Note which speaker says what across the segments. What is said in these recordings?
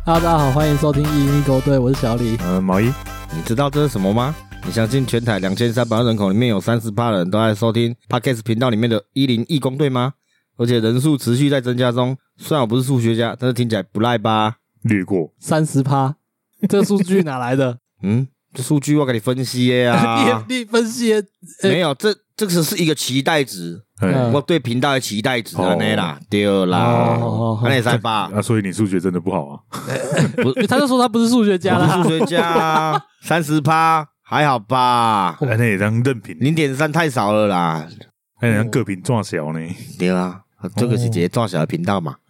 Speaker 1: 大家好，欢迎收听101勾队，我是小李。
Speaker 2: 毛衣，
Speaker 3: 你知道这是什么吗？你相信全台2300万人口里面有30%的人都在收听 Podcast 频道里面的101义工队吗？而且人数持续在增加中。虽然我不是数学家，但是听起来不赖吧？
Speaker 2: 略过
Speaker 1: 30%，这个数据哪来的？
Speaker 3: 这数据我给你分析的啊。
Speaker 1: 你分析的
Speaker 3: 没有，这个是一个期待值。我对频道的期待值啊，那啦，对啦，那也才吧。
Speaker 2: 所以你数学真的不好啊？
Speaker 1: 他就说他不是数学家啦，
Speaker 3: 我是数学家啊，30%还好吧？
Speaker 2: 那也当任凭
Speaker 3: 0.3太少了啦。
Speaker 2: 那也当各屏撞小呢？
Speaker 3: 对啊，这个是一个撞小的频道嘛。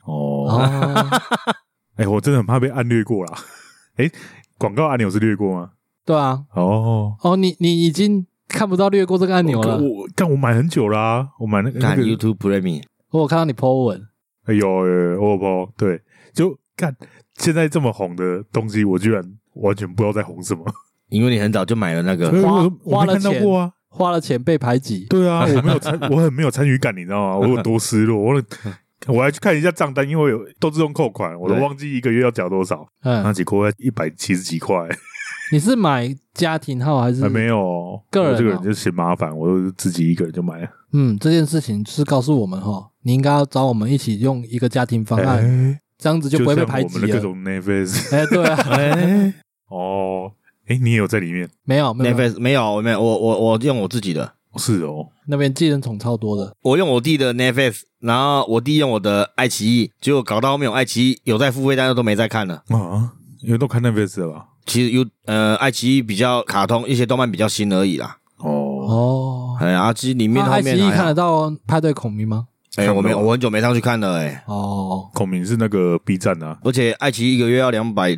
Speaker 2: 我真的很怕被按略过啦。广告按钮是略过吗？
Speaker 1: 对啊。你已经看不到略过这个按钮了。
Speaker 2: 我买很久啦，我买那个
Speaker 3: 看 YouTube Premium，
Speaker 1: 我有看到你 po 文。
Speaker 2: 有我有 po， 对，就看现在这么红的东西，我居然完全不知道在红什么。
Speaker 3: 因为你很早就买了那个，
Speaker 1: 花了钱
Speaker 2: 过啊，
Speaker 1: 花了钱被排挤。
Speaker 2: 对啊，我很没有参与感，你知道吗？我有多失落，我还去看一下账单，因为都自动扣款，我都忘记一个月要缴多少。那几块170几块。
Speaker 1: 你是买家庭号还是？
Speaker 2: 没有，
Speaker 1: 个人
Speaker 2: 我这个人就嫌麻烦，我都自己一个人就买了。
Speaker 1: 这件事情就是告诉我们你应该要找我们一起用一个家庭方案，这样子就不会被排挤了。
Speaker 2: 就像我们的各种 Netflix，
Speaker 1: 对啊，
Speaker 2: 你也有在里面？
Speaker 3: 没有，我用我自己的。
Speaker 2: 是哦，
Speaker 1: 那边寄人宠超多的。
Speaker 3: 我用我弟的 Netflix， 然后我弟用我的爱奇艺，结果搞到后面我爱奇艺有在付费，但是都没在看了
Speaker 2: 啊，因为都看 Netflix 了吧？
Speaker 3: 其实爱奇艺比较卡通，一些动漫比较新而已啦。其实里面后面
Speaker 1: 爱奇艺看得到派对孔明吗？
Speaker 3: 我很久没上去看了
Speaker 2: 孔明是那个 B 站啊，
Speaker 3: 而且爱奇艺一个月要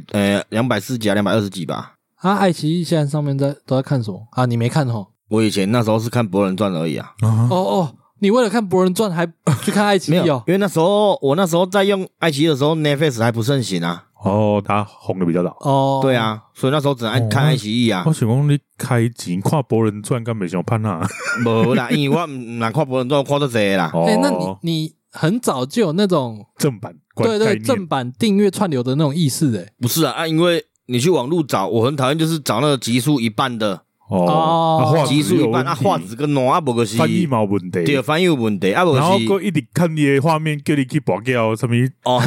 Speaker 3: 240几220几吧。
Speaker 1: 爱奇艺现在上面都在看什么啊？你没看齁？
Speaker 3: 我以前那时候是看《博人传》而已啊。
Speaker 1: 你为了看《博人传》还去看爱奇艺哦？
Speaker 3: 因为我那时候在用爱奇艺的时候 Netflix 还不盛行啊。
Speaker 2: 他红的比较早。
Speaker 3: 对啊，所以那时候只能看爱奇艺啊。
Speaker 2: 我想讲你开钱看《博人传》干没想盼啊？
Speaker 3: 没啦，因为我不能看《博人传》看得多啦。
Speaker 1: 那你很早就有那种
Speaker 2: 正版，
Speaker 1: 对正版订阅串流的那种意识
Speaker 3: 不是啊，因为你去网路找，我很讨厌就是找那个集数一半的。集数一半画质跟烂没个是
Speaker 2: 翻译嘛有问题，
Speaker 3: 对，翻译有问题然
Speaker 2: 后搁一直看你的画面，叫你去拔掉什么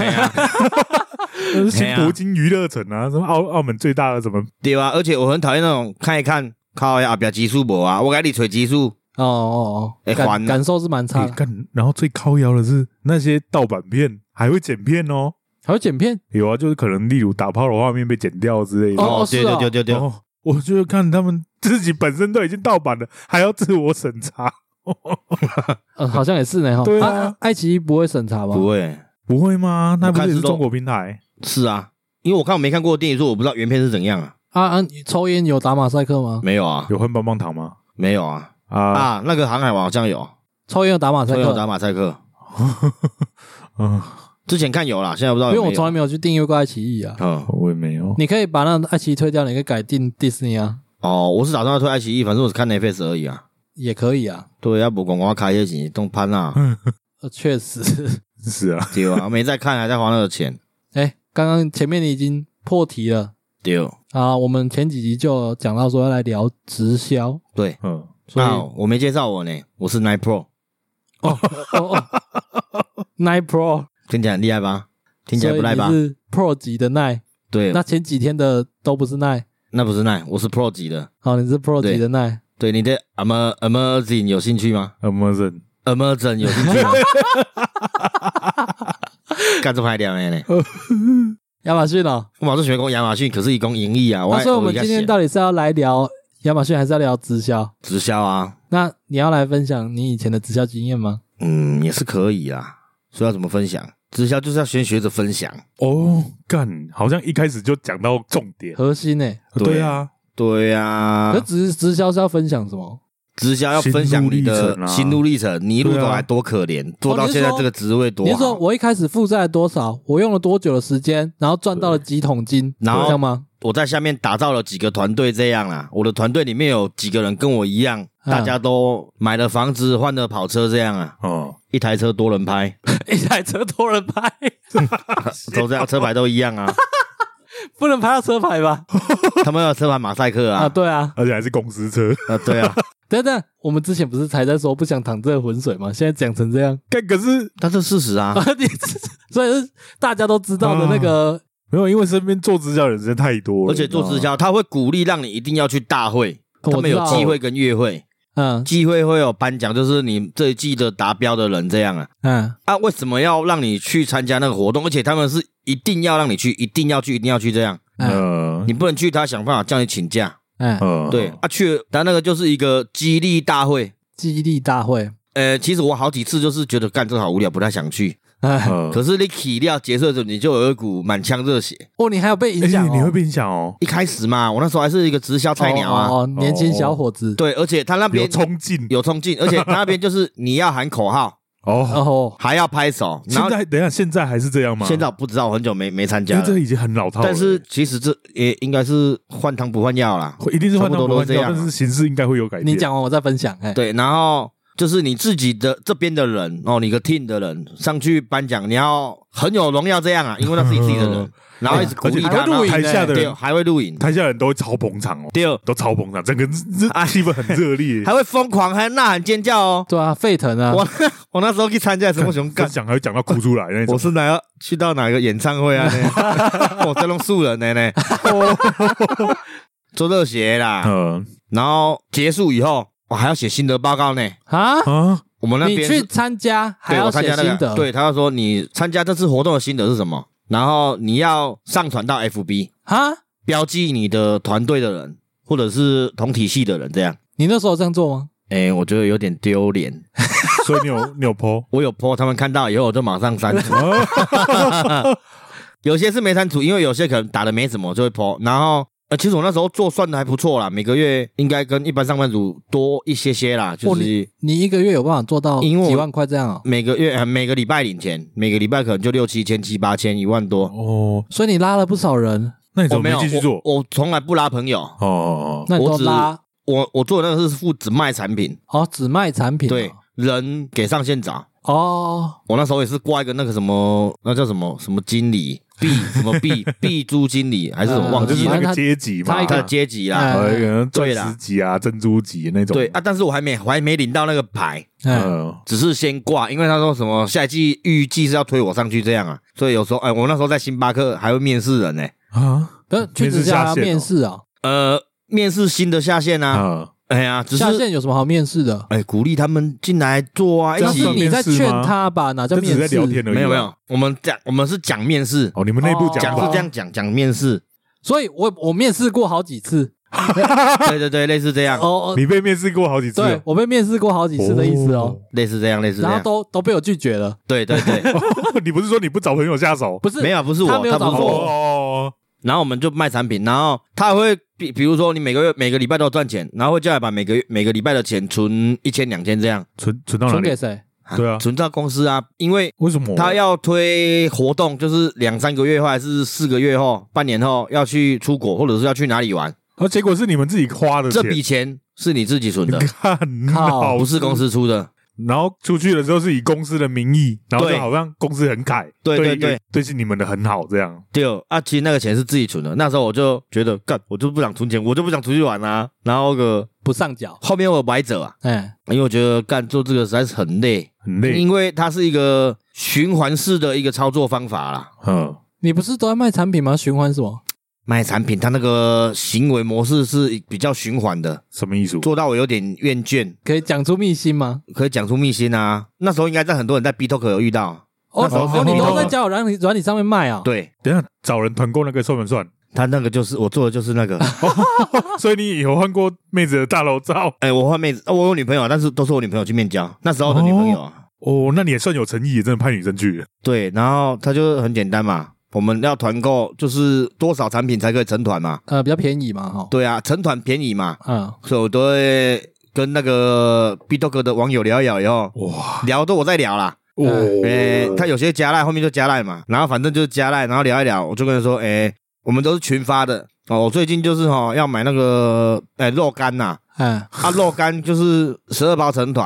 Speaker 2: 新国金娱乐城啊，什么澳门最大的什么？
Speaker 3: 对啊，而且我很讨厌那种看一看靠后壁集数无啊，我给你找集数
Speaker 1: 感受是蛮差的。
Speaker 2: 然后最靠腰的是那些盗版片还会剪片哦，
Speaker 1: 还会剪片？
Speaker 2: 有啊，就是可能例如打炮的画面被剪掉之类的。
Speaker 3: 对。
Speaker 2: 我就看他们自己本身都已经盗版了，还要自我审查。
Speaker 1: 好像也是呢。
Speaker 2: 对啊，
Speaker 1: 爱奇艺不会审查吗？
Speaker 2: 不会吗？那不是中国平台？
Speaker 3: 是啊，因为我看我没看过的电影，所以我不知道原片是怎样
Speaker 1: 啊。你抽烟有打马赛克吗？
Speaker 3: 没有啊。
Speaker 2: 有混棒棒糖吗？
Speaker 3: 没有啊。那个航海王好像有。
Speaker 1: 抽烟有打马赛克。
Speaker 3: 之前看有啦，现在不知道有没有。
Speaker 1: 因为我从来没有去订阅过爱奇艺啊。
Speaker 2: 我也没有。
Speaker 1: 你可以把那爱奇艺推掉，你可以改订迪士尼啊。
Speaker 3: 我是打算要推爱奇艺，反正我是看 Netflix 而已啊。
Speaker 1: 也可以啊。
Speaker 3: 对，要不广告开些钱动攀啊。
Speaker 1: 确实
Speaker 2: 是啊。
Speaker 3: 对啊，没在看还在花那个钱。
Speaker 1: 刚刚前面你已经破题了。
Speaker 3: 对
Speaker 1: 啊，我们前几集就讲到说要来聊直销。
Speaker 3: 对，所以我没介绍我呢，我是 Nine Pro。
Speaker 1: Nine Pro。
Speaker 3: 听起来很厉害吧？听起来不赖吧？
Speaker 1: 所以你是 Pro 级的奈。
Speaker 3: 对，
Speaker 1: 那前几天的都不是奈。
Speaker 3: 那不是奈，我是 Pro 级的。
Speaker 1: 你是 Pro 级的奈。
Speaker 3: 对，你对 Amazon 有兴趣吗
Speaker 2: ？Amazon
Speaker 3: 有兴趣吗？干这么屌呢？
Speaker 1: 亚马逊哦，
Speaker 3: 我马上喜欢讲亚马逊，可是一共盈利啊。
Speaker 1: 所以我们今天到底是要来聊亚马逊，还是要聊直销？
Speaker 3: 直销啊。
Speaker 1: 那你要来分享你以前的直销经验吗？
Speaker 3: 也是可以啦。所以要怎么分享？直销就是要先学着分享。
Speaker 2: 好像一开始就讲到重点
Speaker 1: 核心
Speaker 2: 对啊。
Speaker 1: 可是直销是要分享什么？
Speaker 3: 直销要分享你的心路历程，你一路走来多可怜，做到现在这个职位多好。
Speaker 1: 你说我一开始负债多少，我用了多久的时间，然后赚到了几桶金，然后这样吗？
Speaker 3: 我在下面打造了几个团队，这样啦。我的团队里面有几个人跟我一样，大家都买了房子，换了跑车，这样啊。一台车多人拍，
Speaker 1: 一台车多人拍，
Speaker 3: 都这样，车牌都一样啊。
Speaker 1: 不能拍到车牌吧？
Speaker 3: 他们有车牌马赛克啊，
Speaker 1: 对啊，
Speaker 2: 而且还是公司车
Speaker 3: 对啊。
Speaker 1: 等等，我们之前不是才在说不想淌这个浑水吗？现在讲成这样，
Speaker 2: 可是
Speaker 3: 但是事实啊，
Speaker 1: 所以是大家都知道的那个。
Speaker 2: 没有，因为身边做直销的人真的太多了，
Speaker 3: 而且做直销他会鼓励让你一定要去大会，他们有季会跟月会。季会会有颁奖，就是你这一季的达标的人这样啊。为什么要让你去参加那个活动？而且他们是一定要让你去，一定要去这样。你不能去，他想办法叫你请假。对去，但那个就是一个激励大会。其实我好几次就是觉得干这个好无聊，不太想去。可是你起料结束的时候，你就有一股满腔热血。
Speaker 1: 你还有被影响
Speaker 2: 你会被影响哦。
Speaker 3: 一开始嘛，我那时候还是一个直销菜鸟啊，
Speaker 1: 年轻小伙子。
Speaker 3: 对，而且他那边有冲劲，而且他那边就是你要喊口号还要拍手。
Speaker 2: 现在还是这样吗？
Speaker 3: 现在我不知道，我很久没参加了，
Speaker 2: 因为这已经很老套了。
Speaker 3: 但是其实这也应该是换汤不换药啦，
Speaker 2: 一定是换汤不换药，但是形式应该会有改变。
Speaker 1: 你讲完我再分享。
Speaker 3: 对，然后就是你自己的这边的人你个 team 的人上去颁奖，你要很有荣耀这样啊，因为那是你自己的人，然后一直鼓励他。
Speaker 2: 台下的人
Speaker 3: 还会录影，
Speaker 2: 台下的人都会超捧场对，都超捧场，整个气氛很热烈，
Speaker 3: 还会疯狂，还呐喊尖叫哦。
Speaker 1: 对啊，沸腾啊！
Speaker 3: 我那时候去参加什么熊干，
Speaker 2: 还会讲到哭出来那种。
Speaker 3: 我是去到哪个演唱会啊？我在弄素人呢，做热血啦。然后结束以后。我还要写心得报告呢我们那边
Speaker 1: 你去参加还要写心得，
Speaker 3: 对，他要说你参加这次活动的心得是什么，然后你要上传到 FB 标记你的团队的人或者是同体系的人这样。
Speaker 1: 你那时候这样做吗？
Speaker 3: 我觉得有点丢脸。
Speaker 2: 所以你有 po？
Speaker 3: 我有 po， 他们看到以后我就马上删除。有些是没删除，因为有些可能打的没什么就会 po， 然后其实我那时候做算的还不错啦，每个月应该跟一般上班族多一些啦，就是
Speaker 1: 你一个月有办法做到几万块这样
Speaker 3: 每个月每个礼拜领钱，每个礼拜可能就6、7千、7、8千、1万多
Speaker 1: 所以你拉了不少人。
Speaker 2: 那你怎么没继续做？
Speaker 3: 我从来不拉朋友
Speaker 1: 那你都拉
Speaker 3: 我做的那个是只卖产品
Speaker 1: 只卖产品
Speaker 3: 对，人给上线找我那时候也是挂一个那个什么，那叫什么经理币租经理还是什么忘记了，
Speaker 2: 那个阶级嘛，
Speaker 3: 他的阶级啦，
Speaker 2: 钻石级啊、珍珠级那种。
Speaker 3: 对但是我还没领到那个牌，只是先挂，因为他说什么下一季预计是要推我上去这样啊，所以有时候我那时候在星巴克还会面试人呢
Speaker 1: 去直销面试
Speaker 3: 面试新的下线啊。只是
Speaker 1: 下线有什么好面试的？
Speaker 3: 鼓励他们进来做啊，一起。
Speaker 1: 你在劝他吧，哪叫面试？
Speaker 2: 在聊天而已。
Speaker 3: 没有，我们是讲面试。
Speaker 2: 你们内部讲
Speaker 3: 是这样讲面试。
Speaker 1: 所以我面试过好几次。
Speaker 3: 对，类似这样。
Speaker 2: 你被面试过好几次？
Speaker 1: 对，我被面试过好几次的意思
Speaker 3: 类似这样。
Speaker 1: 然后都被我拒绝了。
Speaker 3: 对。
Speaker 2: 你不是说你不找朋友下手？
Speaker 1: 不是，
Speaker 3: 没有，不是我，
Speaker 1: 他没有找我。
Speaker 3: 然后我们就卖产品，然后他还会比如说你每个礼拜都赚钱，然后会叫你把每个礼拜的钱存1000、2000这样，
Speaker 2: 存到哪里？
Speaker 1: 存给谁？
Speaker 2: 对啊，
Speaker 3: 存到公司啊，因为
Speaker 2: 为什么
Speaker 3: 他要推活动，就是2、3个月后还是4个月后、半年后要去出国，或者是要去哪里玩，
Speaker 2: 结果是你们自己花的钱，
Speaker 3: 这笔钱是你自己存的，
Speaker 2: 靠，
Speaker 3: 不是公司出的。
Speaker 2: 然后出去的时候是以公司的名义，然后就好像公司很凯，对是你们的很好这样。
Speaker 3: 对其实那个钱是自己存的。那时候我就觉得我就不想存钱，我就不想出去玩啊。然后
Speaker 1: 不上缴。
Speaker 3: 后面我有买者因为我觉得做这个实在是很累，因为它是一个循环式的一个操作方法啦。
Speaker 1: 你不是都在卖产品吗？循环什么？
Speaker 3: 卖产品，它那个行为模式是比较循环的。
Speaker 2: 什么意思？
Speaker 3: 做到我有点厌倦。
Speaker 1: 可以讲出秘辛吗？
Speaker 3: 可以讲出秘辛啊！那时候应该在很多人在 BTOK 有遇到。
Speaker 1: 你都在交友软体上面卖啊？
Speaker 3: 对。
Speaker 2: 等一下找人团购那个算不算？
Speaker 3: 他那个就是我做的就是那个。
Speaker 2: 所以你以后换过妹子的大头照？
Speaker 3: 我换妹子，我有女朋友，但是都是我女朋友去面交，那时候的女朋友啊。
Speaker 2: 那你也算有诚意，真的派女生去。
Speaker 3: 对，然后他就很简单嘛。我们要团购就是多少产品才可以成团嘛？
Speaker 1: 比较便宜嘛，
Speaker 3: 对啊，成团便宜嘛。所以我都会跟那个 BTOK 的网友聊一聊以后，聊都我在聊啦。他有些加赖，后面就加赖嘛，然后反正就是加赖，然后聊一聊，我就跟他说，我们都是群发的我最近就是要买那个肉干呐，肉干就是12包成团。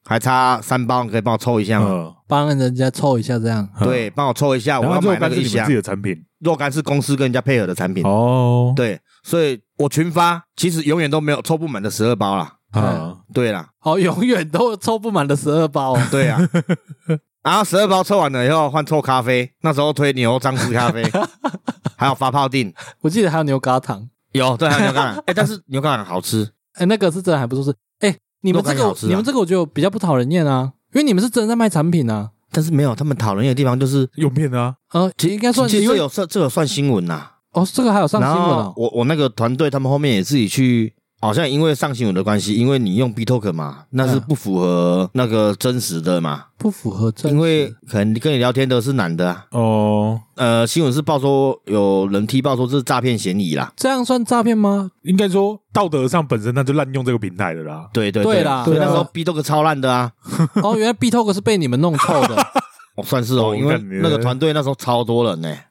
Speaker 3: 还差3包，可以帮我抽一下吗？
Speaker 1: 帮人家抽一下这样。
Speaker 3: 对，帮我抽一下，我要买那个一箱。
Speaker 2: 自己的产品，
Speaker 3: 若干是公司跟人家配合的产品。
Speaker 2: 哦，
Speaker 3: 对，所以我群发其实永远都没有抽不满的12包啦。对啦，
Speaker 1: 永远都抽不满的12包。
Speaker 3: 对啊。然后12包抽完了以后换抽咖啡，那时候推牛樟芝咖啡，还有发泡锭，
Speaker 1: 我记得还有牛轧糖，
Speaker 3: 有对，还有牛轧糖，但是牛轧糖好吃，
Speaker 1: 那个是真的还不错吃，你们这个我觉得比较不讨人厌啊，因为你们是真的在卖产品啊，
Speaker 3: 但是没有他们讨人厌的地方就是
Speaker 2: 用骗啊，
Speaker 1: 应该算
Speaker 3: 其实这有算新闻呐，
Speaker 1: 这个还有上新闻哦，
Speaker 3: 我那个团队他们后面也自己去。好像因为上新闻的关系，因为你用 BTOKEN 嘛，那是不符合那个真实的嘛，
Speaker 1: 不符合真实，
Speaker 3: 因为可能跟你聊天的是男的啊。新闻是报说有人踢爆说这是诈骗嫌疑啦，
Speaker 1: 这样算诈骗吗？
Speaker 2: 应该说道德上本身他就滥用这个平台的啦。
Speaker 3: 对
Speaker 1: 啦，
Speaker 3: 所以那时候 BTOKEN 超烂的啊。
Speaker 1: 原来 BTOKEN 是被你们弄臭的。
Speaker 3: 算是因为那个团队那时候超多人呢。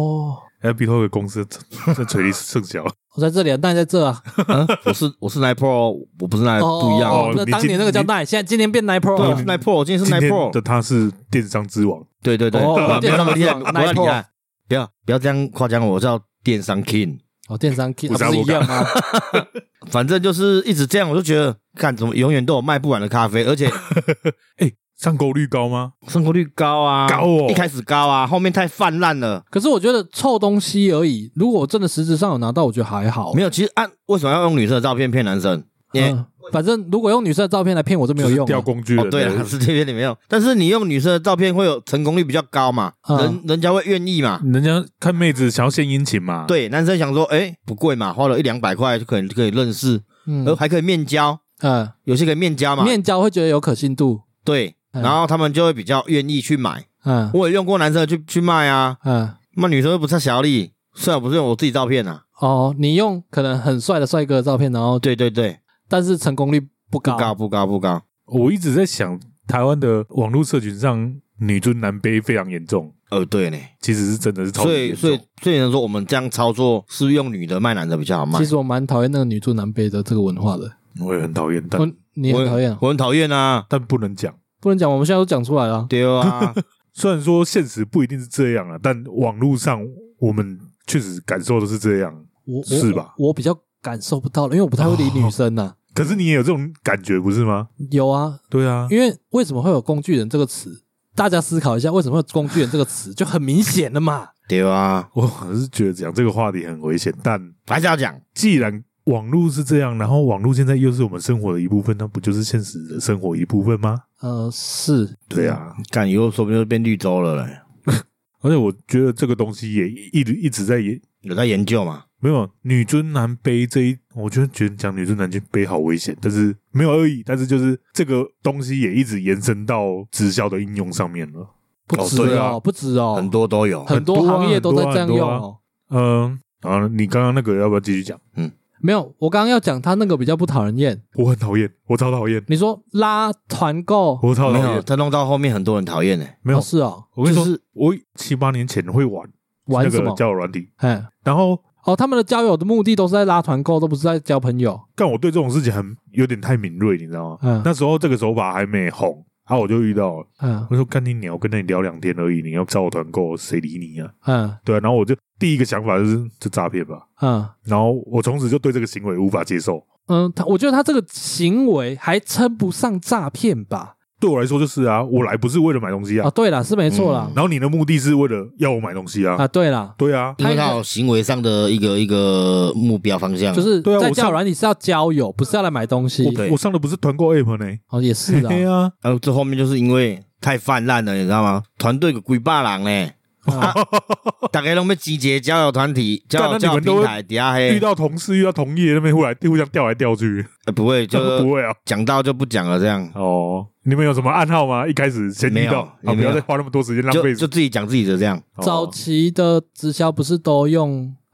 Speaker 2: BTOKEN 公司这垂力甚小。
Speaker 1: 我在这里啊，奈在这啊。
Speaker 3: 我是 Nine Pro， 我不是 Nine， 不一样。
Speaker 1: 那当年那个叫奈，现在今年变 Nine Pro。
Speaker 3: 对，我是 Nine Pro， 我今天是 Nine Pro
Speaker 2: 的，他是电商之王。
Speaker 3: 对，
Speaker 1: 电商之王，
Speaker 3: 不要厉害，不要这样夸奖我，叫电商 King。
Speaker 1: 电商 King 不是一样吗？
Speaker 3: 反正就是一直这样，我就觉得，看怎么永远都有卖不完的咖啡，而且，
Speaker 2: 上购率高吗？
Speaker 3: 上购率高啊，
Speaker 2: 高哦，
Speaker 3: 一开始高啊，后面太泛滥了。
Speaker 1: 可是我觉得臭东西而已，如果我真的实质上有拿到，我觉得还好。
Speaker 3: 没有，其实为什么要用女生的照片骗男生？
Speaker 1: 反正如果用女生的照片来骗我就没有用，
Speaker 2: 钓工具人。
Speaker 3: 对了，是这边里没有。但是你用女生的照片会有成功率比较高嘛？人家会愿意嘛？
Speaker 2: 人家看妹子想要献殷勤嘛？
Speaker 3: 对，男生想说，不贵嘛，花了100-200块就可以认识，还可以面交，有些可以面交嘛？
Speaker 1: 面交会觉得有可信度，
Speaker 3: 对。然后他们就会比较愿意去买。我也用过男生的去卖啊。那女生又不差小力，虽然不是用我自己照片啊。
Speaker 1: 你用可能很帅的帅哥的照片，然后
Speaker 3: 对，
Speaker 1: 但是成功率不高。
Speaker 3: 不高。
Speaker 2: 我一直在想，台湾的网络社群上女尊男卑非常严重。
Speaker 3: 对呢，
Speaker 2: 其实是真的是超级严重。
Speaker 3: 所以能说我们这样操作是用女的卖男的比较好卖。
Speaker 1: 其实我蛮讨厌那个女尊男卑的这个文化的。
Speaker 2: 我也很讨厌，但
Speaker 1: 你很讨厌
Speaker 3: 我很讨厌啊，
Speaker 2: 但不能讲。
Speaker 1: 不能讲，我们现在都讲出来了。
Speaker 3: 对啊，
Speaker 2: 虽然说现实不一定是这样啊，但网络上我们确实感受都是这样，是吧？
Speaker 1: 我比较感受不到了，因为我不太会理女生呐。
Speaker 2: 可是你也有这种感觉，不是吗？
Speaker 1: 有啊，
Speaker 2: 对啊，
Speaker 1: 因为为什么会有工具人这个词？大家思考一下，为什么会有工具人这个词，就很明显了嘛。
Speaker 3: 对啊，
Speaker 2: 我是觉得讲这个话题很危险，但
Speaker 3: 还是要讲，
Speaker 2: 既然网络是这样，然后网络现在又是我们生活的一部分，那不就是现实的生活一部分吗？
Speaker 1: 是，
Speaker 2: 对啊，
Speaker 3: 干以后说不定就变绿洲了嘞。
Speaker 2: 而且我觉得这个东西也一直在
Speaker 3: 有在研究嘛？
Speaker 2: 没有女尊男卑我觉得讲女尊男卑好危险，但是没有恶意，但是就是这个东西也一直延伸到直销的应用上面了。
Speaker 1: 不止哦，不止哦，
Speaker 3: 很多都有，
Speaker 1: 很多行业都在这样用哦。
Speaker 2: 你刚刚那个要不要继续讲？
Speaker 1: 没有，我刚刚要讲他那个比较不讨人厌。
Speaker 2: 我很讨厌，我超讨厌。
Speaker 1: 你说拉团购，
Speaker 2: 我超讨厌。
Speaker 3: 他弄到后面很多人讨厌呢。
Speaker 2: 没有，
Speaker 1: 是啊。
Speaker 2: 我跟你说，我7-8年前会玩
Speaker 1: 什么
Speaker 2: 那个交友软体，然后
Speaker 1: 他们的交友的目的都是在拉团购，都不是在交朋友。
Speaker 2: 但我对这种事情有点太敏锐，你知道吗？那时候这个手法还没红。我就遇到了，我说干你鸟，跟你聊2天而已，你要找我团购，谁理你啊？对啊，然后我就第一个想法就是这诈骗吧，然后我从此就对这个行为无法接受。
Speaker 1: 我觉得他这个行为还称不上诈骗吧。
Speaker 2: 对我来说就是啊，我来不是为了买东西啊。
Speaker 1: 对啦，是没错啦。
Speaker 2: 然后你的目的是为了要我买东西啊。
Speaker 1: 对啦，
Speaker 2: 对啊，
Speaker 3: 因为他有行为上的一个目标方向，
Speaker 1: 就是在交友软体是要交友，不是要来买东西。
Speaker 2: 我上的不是团购 app 呢。
Speaker 1: 也是啊。
Speaker 2: 对啊，
Speaker 3: 这后面就是因为太泛滥了，你知道吗？团队有几百人呢。大家都要集结交友团体、交友平台底下
Speaker 2: 遇到同事、遇到同业那边互相调来调去，
Speaker 3: 不会就
Speaker 2: 不会啊，
Speaker 3: 讲到就不讲了这样。
Speaker 2: 你们有什么暗号吗？一开始先遇到，不要再花那么多时间浪费，
Speaker 3: 就自己讲自己的这样。
Speaker 1: 早期的直销不是都用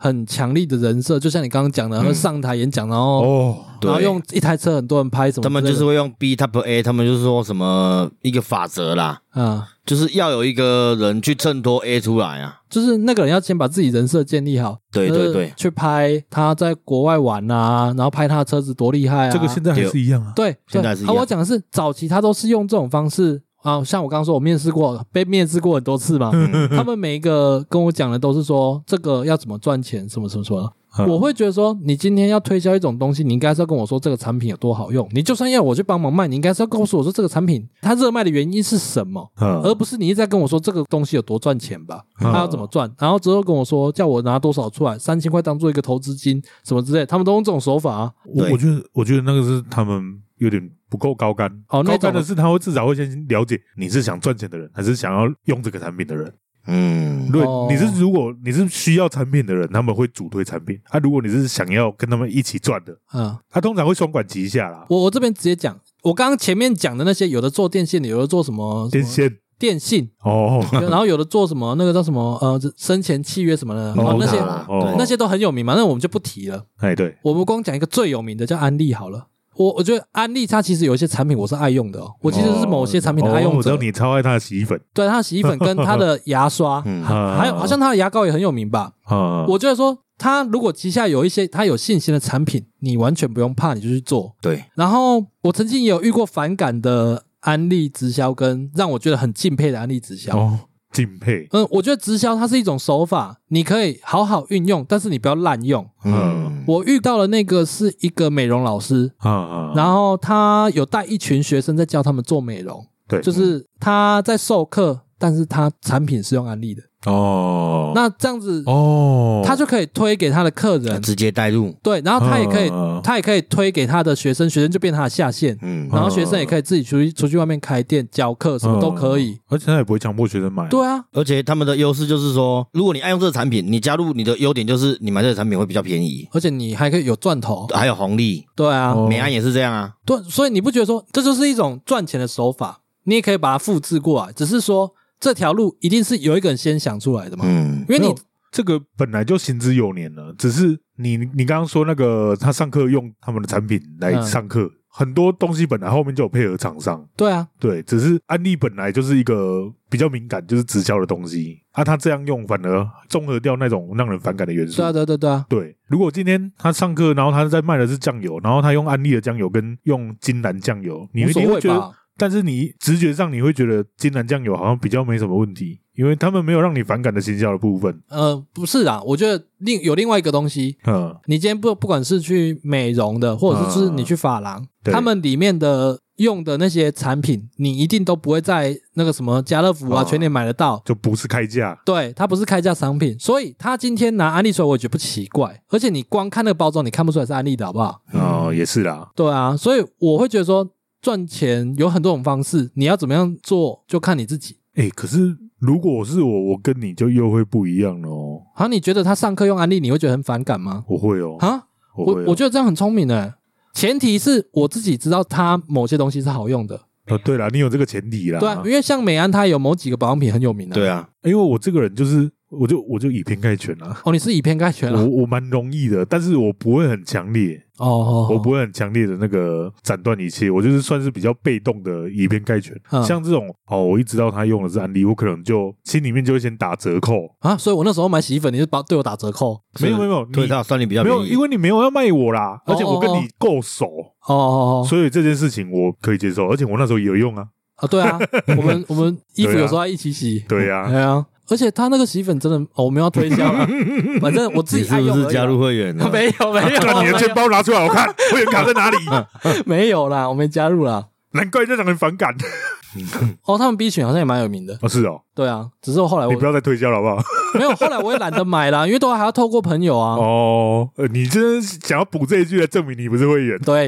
Speaker 1: 很强力的人设，就像你刚刚讲的，会上台演讲，然后用一台车很多人拍什么，
Speaker 3: 他们就是会用 B Top A， 他们就是说什么一个法则啦，就是要有一个人去衬托 A 出来啊，
Speaker 1: 就是那个人要先把自己人设建立好，
Speaker 3: 对对对，
Speaker 1: 去拍他在国外玩啊，然后拍他的车子多厉害啊，
Speaker 2: 这个现在还是一样啊，
Speaker 1: 对，
Speaker 3: 现在还是一样。
Speaker 1: 我讲的是早期他都是用这种方式。像我刚刚说，我被面试过很多次嘛，他们每一个跟我讲的都是说这个要怎么赚钱，什么什么什么。我会觉得说，你今天要推销一种东西，你应该是要跟我说这个产品有多好用。你就算要我去帮忙卖，你应该是要告诉我说这个产品它热卖的原因是什么，而不是你一直在跟我说这个东西有多赚钱吧，它要怎么赚，然后之后跟我说叫我拿多少出来，3000块当做一个投资金什么之类，他们都用这种手法啊。
Speaker 2: 我觉得那个是他们有点不够高竿。高竿的是他会至少会先了解你是想赚钱的人，还是想要用这个产品的人。如果你是需要产品的人，他们会主推产品。如果你是想要跟他们一起赚的，他通常会双管齐下啦。
Speaker 1: 我这边直接讲，我刚刚前面讲的那些，有的做电线的，有的做什么电信然后有的做什么那个叫什么生前契约什么的，那些都很有名嘛，那我们就不提了。
Speaker 2: 对，
Speaker 1: 我们光讲一个最有名的叫安利好了。我觉得安利它其实有一些产品我是爱用的我其实是某些产品的爱用者。
Speaker 2: 我知道你超爱它的洗衣粉，
Speaker 1: 对，它的洗衣粉跟它的牙刷，还有好像它的牙膏也很有名吧。我觉得说它如果旗下有一些它有信心的产品，你完全不用怕，你就去做。
Speaker 3: 对，
Speaker 1: 然后我曾经也有遇过反感的安利直销，跟让我觉得很敬佩的安利直销。
Speaker 2: 敬佩。
Speaker 1: 我觉得直销它是一种手法，你可以好好运用，但是你不要滥用。我遇到了那个是一个美容老师，然后他有带一群学生在教他们做美容，
Speaker 2: 对，
Speaker 1: 就是他在授课，但是他产品是用安利的。那这样子他就可以推给他的客人，
Speaker 3: 直接带入。
Speaker 1: 对，然后他也可以推给他的学生，学生就变他的下线。然后学生也可以自己出去外面开店教课，什么都可以。
Speaker 2: 而且他也不会强迫学生买。
Speaker 1: 对啊，
Speaker 3: 而且他们的优势就是说，如果你爱用这个产品，你加入你的优点就是你买这个产品会比较便宜，
Speaker 1: 而且你还可以有赚头，
Speaker 3: 还有红利。
Speaker 1: 对啊，
Speaker 3: 美安也是这样啊。
Speaker 1: 对，所以你不觉得说这就是一种赚钱的手法？你也可以把它复制过来，只是说这条路一定是有一个人先想出来的嘛。因为你
Speaker 2: 这个本来就行之有年了，只是你刚刚说那个他上课用他们的产品来上课，很多东西本来后面就有配合厂商。
Speaker 1: 对啊，
Speaker 2: 对，只是安利本来就是一个比较敏感，就是直销的东西他这样用反而综合掉那种让人反感的元素。对，如果今天他上课，然后他在卖的是酱油，然后他用安利的酱油跟用金兰酱油，你一定会觉得，但是你直觉上你会觉得金兰酱油好像比较没什么问题，因为他们没有让你反感的行销的部分。
Speaker 1: 不是啦，我觉得有另外一个东西，你今天不管是去美容的，或者是你去发廊，他们里面的用的那些产品，你一定都不会在那个什么家乐福啊、全联买得到，
Speaker 2: 就不是开价。
Speaker 1: 对，它不是开价商品，所以他今天拿安利出来，我也觉得不奇怪。而且你光看那个包装，你看不出来是安利的，好不好？
Speaker 2: 也是啦。
Speaker 1: 对啊，所以我会觉得说，赚钱有很多种方式，你要怎么样做就看你自己。
Speaker 2: 可是如果是我跟你就又会不一样了哦。
Speaker 1: 你觉得他上课用安利，你会觉得很反感吗？
Speaker 2: 我会哦。
Speaker 1: 我觉得这样很聪明耶。前提是我自己知道他某些东西是好用的。
Speaker 2: 对啦，你有这个前提啦。
Speaker 1: 对啊，因为像美安它有某几个保养品很有名的。
Speaker 3: 对啊，
Speaker 2: 因为我这个人就是我就以偏概全啊。
Speaker 1: 你是以偏概全啊？
Speaker 2: 我蛮容易的，但是我不会很强烈。我不会很强烈的那个斩断一切，我就是算是比较被动的以偏概全。像这种我一知道他用的是安利，我可能就心里面就会先打折扣
Speaker 1: 啊。所以我那时候买洗衣粉，你就对我打折扣？
Speaker 2: 没有，
Speaker 3: 对他算你比较便宜，
Speaker 2: 没有，因为你没有要卖我啦，而且我跟你够熟所以这件事情我可以接受，而且我那时候也有用啊。
Speaker 1: 对啊，我们衣服有时候要一起洗。
Speaker 2: 对啊，
Speaker 1: 对啊。而且他那个洗衣粉真的，我们要推销了。反正我自己爱用。
Speaker 3: 你是不是加入会员了？
Speaker 1: 没有。
Speaker 2: 你的钱包拿出来，我看会员卡在哪里？
Speaker 1: 没有啦，我没加入啦。
Speaker 2: 难怪这让人反感。
Speaker 1: 他们 B 群好像也蛮有名的。
Speaker 2: 是哦。
Speaker 1: 对啊，只是后来
Speaker 2: 你不要再推销了好不好？
Speaker 1: 没有，后来我也懒得买啦，因为都还要透过朋友啊。
Speaker 2: 你真的想要补这一句来证明你不是会员？
Speaker 1: 对。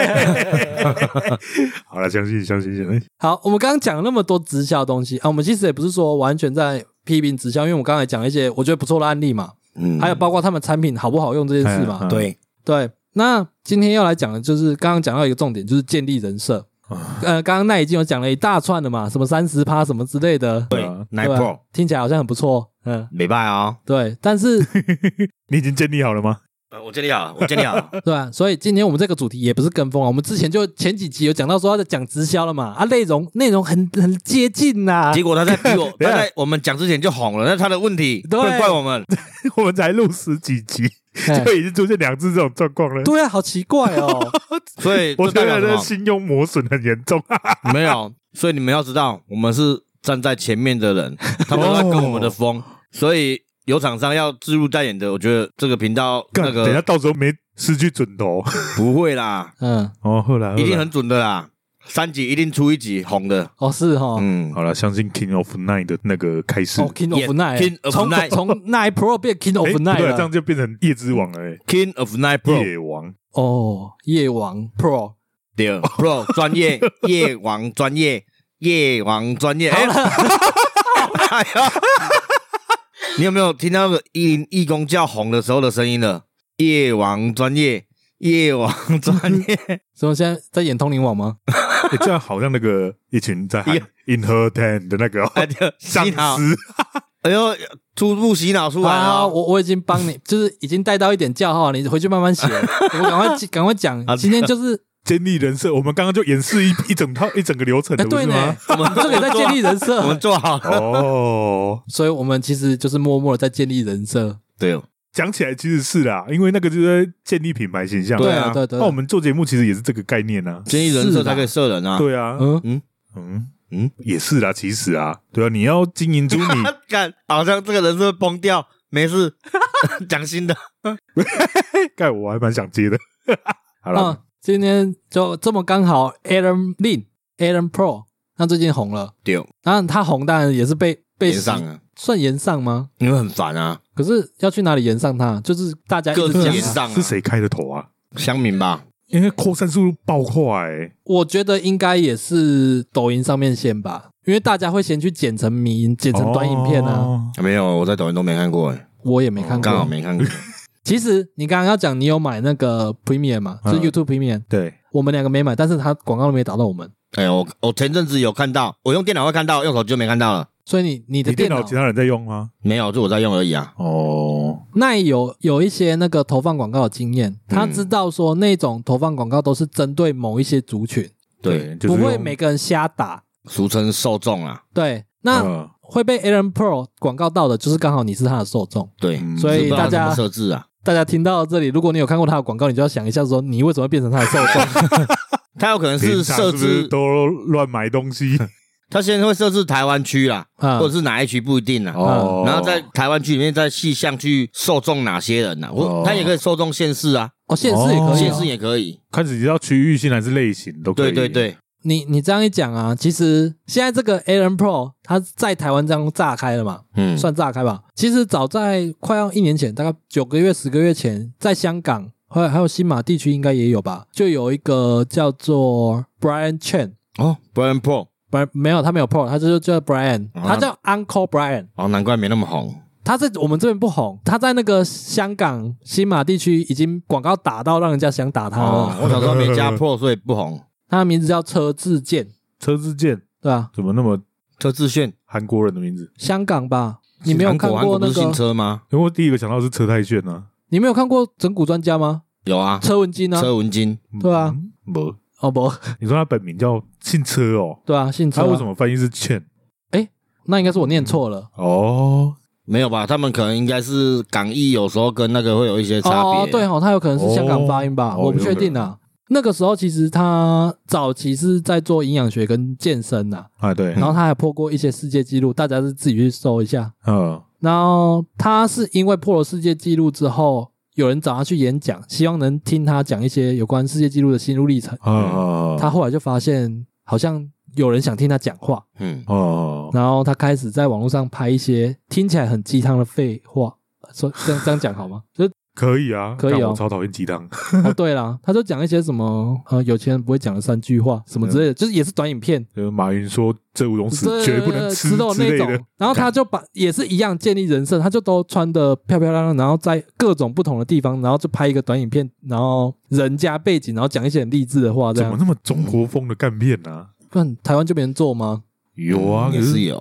Speaker 2: 好了，相信。
Speaker 1: 好，我们刚刚讲了那么多直销的东西我们其实也不是说完全在批评直销，因为我刚才讲了一些我觉得不错的案例嘛。还有包括他们产品好不好用这件事嘛。
Speaker 3: 对。
Speaker 1: 那今天要来讲的就是刚刚讲到一个重点，就是建立人设。刚刚那已经有讲了一大串了嘛，什么30%什么之类的。
Speaker 3: 对，Nike Pro
Speaker 1: 听起来好像很不错。
Speaker 3: 没办哦。
Speaker 1: 对，但是
Speaker 2: 你已经建立好了吗？
Speaker 3: 我建立好了，我建立好了。
Speaker 1: 对啊，所以今天我们这个主题也不是跟风啊，我们之前就前几集有讲到说他在讲直销了嘛，啊，内容很接近呐。
Speaker 3: 结果他在逼我，他在我们讲之前就红了，那他的问题不能怪我们。
Speaker 2: 我们才录10几集，就已经出现2次这种状况了。
Speaker 1: 对啊，好奇怪哦。
Speaker 3: 所以
Speaker 2: 我觉得信用磨损很严重。
Speaker 3: 没有，所以你们要知道，我们是站在前面的人，他们都在跟我们的风，所以。有厂商要置入代言的，我觉得这个频道那个，
Speaker 2: 等下到时候没失去准头，
Speaker 3: 不会啦，
Speaker 2: 后来
Speaker 3: 一定很准的啦，3集一定出1集红的，
Speaker 1: 是齁，
Speaker 2: 好了，相信 King of Night 的那个开始
Speaker 1: ，King of Night， 从 Night Pro 变 King of Night 了，
Speaker 2: 这样就变成夜之王了
Speaker 3: ，King of Night Pro，
Speaker 2: 夜王，
Speaker 1: 夜王 Pro，
Speaker 3: 对 ，Pro 专业，夜王专业，夜王专业，你有没有听到那个101义工叫红的时候的声音了？夜王专业，夜王专业。
Speaker 1: 所以现在在演通灵王吗？
Speaker 2: 这样好像那个一群在喊 In Her Ten 的那个
Speaker 3: 洗脑。哎呦，初步洗脑出来了。
Speaker 1: 我已经帮你，就是已经带到一点叫号，你回去慢慢写。我赶快讲，今天就是。
Speaker 2: 建立人设，我们刚刚就演示一整个流程的，
Speaker 1: 对
Speaker 2: 呢，
Speaker 1: 我们这个在建立人设，
Speaker 3: 我们做好
Speaker 2: 了
Speaker 1: 所以我们其实就是默默的在建立人设。
Speaker 3: 对哦，
Speaker 2: 讲起来其实是啦，因为那个就是在建立品牌形象。
Speaker 3: 对啊，
Speaker 1: 对。
Speaker 2: 那我们做节目其实也是这个概念啊，
Speaker 3: 建立人设才可以设人啊。
Speaker 2: 对啊，也是啦，其实啊，对啊，你要经营出你，
Speaker 3: 干，好像这个人设崩掉，没事，讲新的。
Speaker 2: 干，我还蛮想接的。好了。
Speaker 1: 今天就这么刚好 Aaron Pro 他最近红了，
Speaker 3: 对，
Speaker 1: 当然他红当然也是被
Speaker 3: 延上了，
Speaker 1: 算延上吗？
Speaker 3: 因为很烦啊。
Speaker 1: 可是要去哪里延上他？就是大家
Speaker 3: 各自延上，
Speaker 2: 是谁开的头啊？
Speaker 3: 乡民吧，
Speaker 2: 因为扩散速度爆快
Speaker 1: 我觉得应该也是抖音上面先吧，因为大家会先去剪成迷音，剪成短影片啊。
Speaker 3: 没有，我在抖音都没看过
Speaker 1: 我也没看过，
Speaker 3: 刚好没看过。
Speaker 1: 其实你刚刚要讲你有买那个 Premium 嘛，就是 YouTube Premium。
Speaker 2: 对，
Speaker 1: 我们2个没买，但是他广告都没打到我们。
Speaker 3: 我前阵子有看到，我用电脑会看到，用手机就没看到了。
Speaker 1: 所以你的电脑
Speaker 2: 其他人在用吗？
Speaker 3: 没有，就我在用而已啊。
Speaker 1: 那有一些那个投放广告的经验，他知道说那种投放广告都是针对某一些族群，
Speaker 3: 对，
Speaker 1: 不会每个人瞎打，
Speaker 3: 俗称受众啊。
Speaker 1: 对，那会被 Aaron Pro 广告到的，就是刚好你是他的受众。
Speaker 3: 对，
Speaker 1: 所以大家
Speaker 3: 设置啊。
Speaker 1: 大家听到这里，如果你有看过他的广告，你就要想一下说，你为什么会变成他的受众？
Speaker 3: 他有可能是设置
Speaker 2: 都乱买东西，
Speaker 3: 他现在会设置台湾区啦，或者是哪一区不一定啦。然后在台湾区里面再细项去受众哪些人啊？他也可以受众县市啊，
Speaker 1: 县市也可以，
Speaker 3: 县市也可以，
Speaker 2: 看自己要区域性还是类型都可以。
Speaker 3: 对。
Speaker 1: 你这样一讲啊，其实现在这个 Aaron Pro 他在台湾这样炸开了嘛，算炸开吧。其实早在快要1年前，大概9个月、10个月前，在香港还有新马地区应该也有吧，就有一个叫做 Brian Chen
Speaker 3: Brian Pro，
Speaker 1: 没有，他没有 Pro， 他就叫 Brian， 他叫 Uncle Brian。
Speaker 3: 难怪没那么红。
Speaker 1: 他在我们这边不红，他在那个香港新马地区已经广告打到让人家想打他了。
Speaker 3: 我小时候没加 Pro， 所以不红。
Speaker 1: 他的名字叫车志健，对啊，
Speaker 2: 怎么那么
Speaker 3: 车志炫？
Speaker 2: 韩国人的名字？
Speaker 1: 香港吧？你没有看过那个
Speaker 3: 新车吗？
Speaker 2: 因为我第一个想到是车太炫啊。
Speaker 1: 你没有看过整蛊专家吗？
Speaker 3: 有啊，
Speaker 1: 车文金啊，
Speaker 3: 车文金，
Speaker 1: 对啊，
Speaker 2: 不，
Speaker 1: 不，
Speaker 2: 你说他本名叫姓车哦？
Speaker 1: 对啊，姓车。
Speaker 2: 他为什么翻译是倩？
Speaker 1: 那应该是我念错了
Speaker 3: 没有吧？他们可能应该是港译，有时候跟那个会有一些差别。
Speaker 1: 对他有可能是香港发音吧，我不确定啊。那个时候其实他早期是在做营养学跟健身呐，
Speaker 2: 对，
Speaker 1: 然后他还破过一些世界纪录，大家是自己去搜一下。然后他是因为破了世界纪录之后，有人找他去演讲，希望能听他讲一些有关世界纪录的心路历程。他后来就发现好像有人想听他讲话，然后他开始在网络上拍一些听起来很鸡汤的废话，说这样讲好吗？就
Speaker 2: 可以啊，
Speaker 1: 可以
Speaker 2: 我超讨厌鸡汤。
Speaker 1: 对啦，他就讲一些什么有钱人不会讲的3句话什么之类的，就是也是短影片。
Speaker 2: 马云说这乌冬死绝不能吃
Speaker 1: 肉那种，然后他就把也是一样建立人设，他就都穿得漂漂亮亮，然后在各种不同的地方，然后就拍一个短影片，然后人家背景，然后讲一些很励志的话，这样。
Speaker 2: 怎么那么中国风的干片啊？
Speaker 1: 不然台湾就没人做吗？
Speaker 2: 有啊，
Speaker 3: 也是有啦。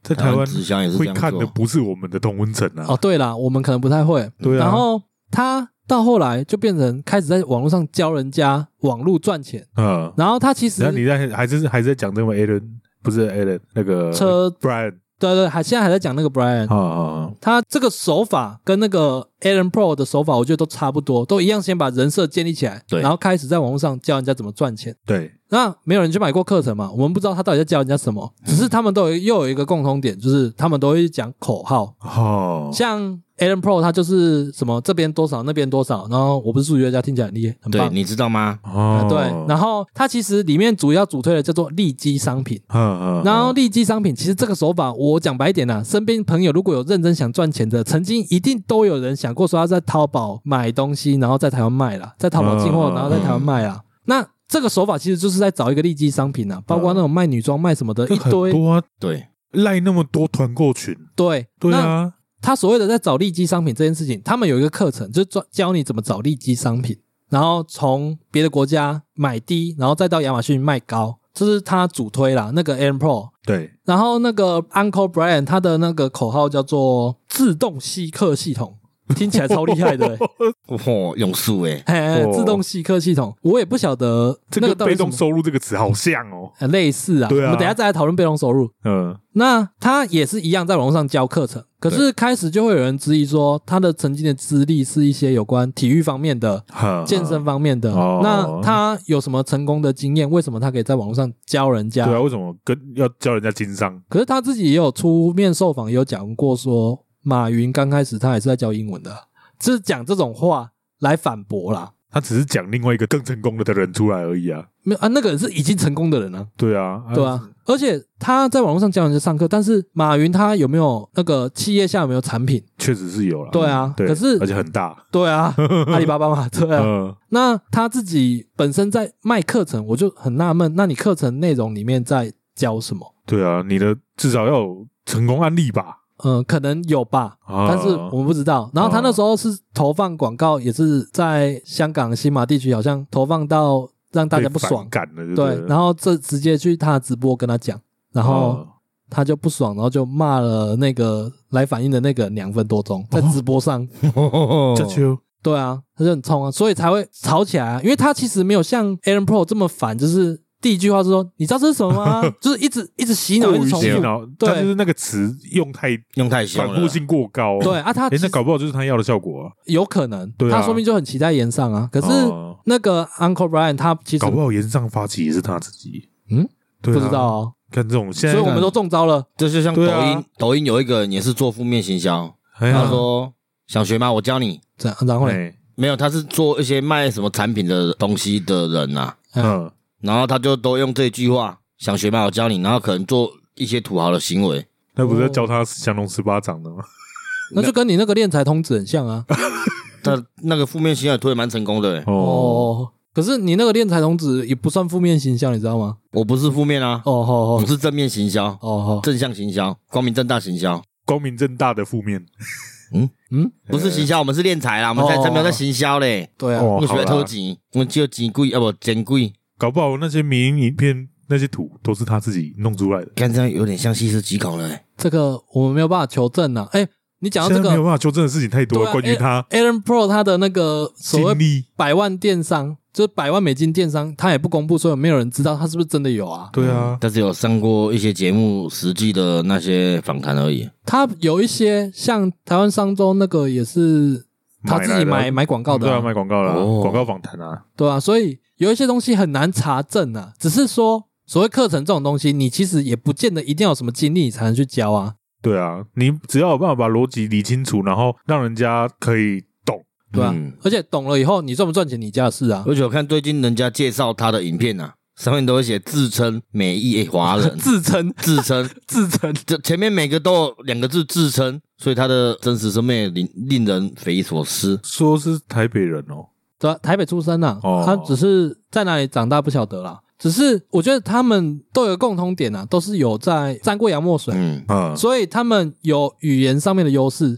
Speaker 2: 在台湾
Speaker 3: 直销也是
Speaker 2: 会看的不是我们的同温层啊。
Speaker 1: 哦，对啦，我们可能不太会。
Speaker 2: 对啊。
Speaker 1: 然后他到后来就变成开始在网络上教人家网络赚钱。然后他其实，
Speaker 2: 你还在讲那个 Alan， 不是 Alan 那个
Speaker 1: 车
Speaker 2: Brian。
Speaker 1: 对，现在还在讲那个 Brian， 他这个手法跟那个 Aaron Pro 的手法，我觉得都差不多，都一样，先把人设建立起来，然后开始在网络上教人家怎么赚钱。
Speaker 2: 对，
Speaker 1: 那没有人去买过课程嘛，我们不知道他到底在教人家什么，只是他们又有一个共同点，就是他们都会讲口号。像 Aaron Pro 他就是什么这边多少那边多少，然后我不是数学家，听起来很厉害，很棒。
Speaker 3: 对，你知道吗？
Speaker 1: 对，然后他其实里面主要主推的叫做利基商品。然后利基商品其实这个手法，我讲白一点啦，身边朋友如果有认真想赚钱的，曾经一定都有人想过说要在淘宝买东西，然后在台湾卖啦，在淘宝进货，然后在台湾卖啦。那这个手法其实就是在找一个利基商品啊，包括那种卖女装卖什么的一堆。
Speaker 2: 很多啊，
Speaker 3: 对，
Speaker 2: 赖那么多团购群。
Speaker 1: 对
Speaker 2: 啊。
Speaker 1: 他所谓的在找利基商品这件事情，他们有一个课程，就是教你怎么找利基商品，然后从别的国家买低，然后再到亚马逊卖高，这是他主推啦。那个 Aaron Pro，
Speaker 2: 对，
Speaker 1: 然后那个 Uncle Brian 他的那个口号叫做自动吸客系统。听起来超厉害的、
Speaker 3: 用数
Speaker 1: 自动吸客系统，我也不晓得
Speaker 2: 这个被动收入这个词好像
Speaker 1: 类似啊。
Speaker 2: 对啊，
Speaker 1: 我们等一下再来讨论被动收入。那他也是一样在网络上教课程，可是开始就会有人质疑说，他的曾经的资历是一些有关体育方面的、健身方面的。那他有什么成功的经验？为什么他可以在网络上教人家？
Speaker 2: 对啊，为什么要教人家经商？
Speaker 1: 可是他自己也有出面受访，也有讲过说。马云刚开始他也是在教英文的，就是讲这种话来反驳啦。
Speaker 2: 他只是讲另外一个更成功的人出来而已啊。
Speaker 1: 没有啊，那个人是已经成功的人啊。
Speaker 2: 对啊，
Speaker 1: 对啊。而且他在网络上教人家上课，但是马云他有没有那个企业下有没有产品？
Speaker 2: 确实是有啦。
Speaker 1: 对啊，可是
Speaker 2: 而且很大。
Speaker 1: 对啊，阿里巴巴嘛，对啊。那他自己本身在卖课程，我就很纳闷，那你课程内容里面在教什么？
Speaker 2: 对啊，你的至少要有成功案例吧。
Speaker 1: 可能有吧，但是我们不知道。然后他那时候是投放广告，也是在香港新马地区，好像投放到让大家不爽，对，然后这直接去他的直播跟他讲，然后他就不爽，然后就骂了那个来反映的那个2分多钟，在直播上，对啊，他就很冲啊，所以才会吵起来啊。因为他其实没有像 Aaron Pro 这么烦，就是第一句话是说，你知道这是什么吗？就是一直洗脑，一直重复，
Speaker 2: 对，就是那个词用太
Speaker 3: 凶了，
Speaker 2: 反复性过高。
Speaker 1: 对啊，他
Speaker 2: 那搞不好就是他要的效果啊，
Speaker 1: 有可能，对啊，他说明就很期待延上啊。可是那个 Uncle Brian 他其实
Speaker 2: 搞不好延上发起也是他自己，
Speaker 1: 不知道啊。
Speaker 2: 看这种现在，
Speaker 1: 所以我们都中招了。
Speaker 3: 这就像抖音有一个人也是做负面行销，他说想学吗？我教你。
Speaker 1: 然后
Speaker 3: 没有，他是做一些卖什么产品的东西的人呐。然后他就都用这句话，想学吗？我教你。然后可能做一些土豪的行为。
Speaker 2: 那不是教他降龙18掌的吗？
Speaker 1: 那就跟你那个敛财童子很像啊。
Speaker 3: 他那个负面形象也推得蛮成功的
Speaker 1: 可是你那个敛财童子也不算负面形象，你知道吗？
Speaker 3: 我不是负面啊。我是正面行销。正向行销，光明正大行销，
Speaker 2: 光明正大的负面。
Speaker 3: 不是行销，我们是敛财啦，我们才没有在行销嘞。
Speaker 1: 对啊，
Speaker 3: 我们喜欢偷钱，我们只有钱贵，不钱贵。
Speaker 2: 搞不好那些迷影片那些图都是他自己弄出来的，
Speaker 3: 看这样有点像细思极恐了。
Speaker 1: 这个我们没有办法求证啊。你讲到这个
Speaker 2: 没有办法求证的事情太多了。关于他
Speaker 1: Aaron Pro 他的那个所谓100万电商，就是100万美金电商，他也不公布，所以没有人知道他是不是真的有啊。
Speaker 2: 对啊，
Speaker 3: 但是有上过一些节目实际的那些访谈而已。
Speaker 1: 他有一些像台湾商周那个也是他自己买广告的。
Speaker 2: 对啊，买广告的广告访谈啊。
Speaker 1: 对啊，所以有一些东西很难查证啊，只是说所谓课程这种东西，你其实也不见得一定要有什么经历才能去教啊。
Speaker 2: 对啊，你只要有办法把逻辑理清楚，然后让人家可以懂，
Speaker 1: 对啊，而且懂了以后，你赚不赚钱你家的事啊。
Speaker 3: 而且我看最近人家介绍他的影片啊，上面都会写自称美裔华人，
Speaker 1: 自称，
Speaker 3: 这前面每个都有2个字自称，所以他的真实身份也令人匪夷所思。
Speaker 2: 说是台北人
Speaker 1: 对啊，台北出生啊，他只是在哪里长大不晓得啦。只是我觉得他们都有个共同点啊，都是有在沾过洋墨水，所以他们有语言上面的优势。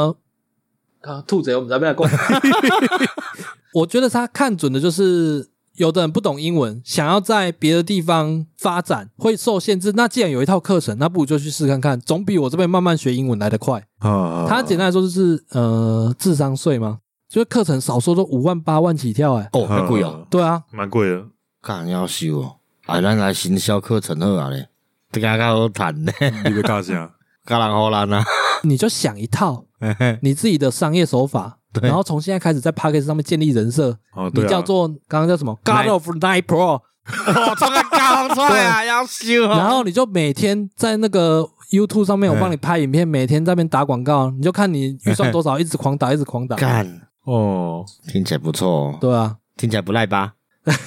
Speaker 1: 兔子，我们这边来过。我觉得他看准的就是有的人不懂英文，想要在别的地方发展会受限制，那既然有一套课程，那不如就去试看看，总比我这边慢慢学英文来得快。它简单来说就是智商税吗？就是课程少说都5万8万起跳
Speaker 3: 哦，太贵哦。
Speaker 1: 对啊，
Speaker 2: 蛮贵的。
Speaker 3: 干要修哦，咱来行销课程好啊咧，这个较好谈呢。
Speaker 2: 你要干啥？
Speaker 3: 干人好难啊！
Speaker 1: 你就想一套你自己的商业手法。然后从现在开始在 Podcast 上面建立人设，你叫做刚刚叫什么 God of Night Pro，
Speaker 3: 这个搞出来啊，要修。
Speaker 1: 然后你就每天在那个 YouTube 上面，我帮你拍影片，每天在那边打广告，你就看你预算多少，一直狂打，一直狂打。
Speaker 3: 干
Speaker 2: 哦，
Speaker 3: 听起来不错哦。
Speaker 1: 对啊，
Speaker 3: 听起来不赖吧？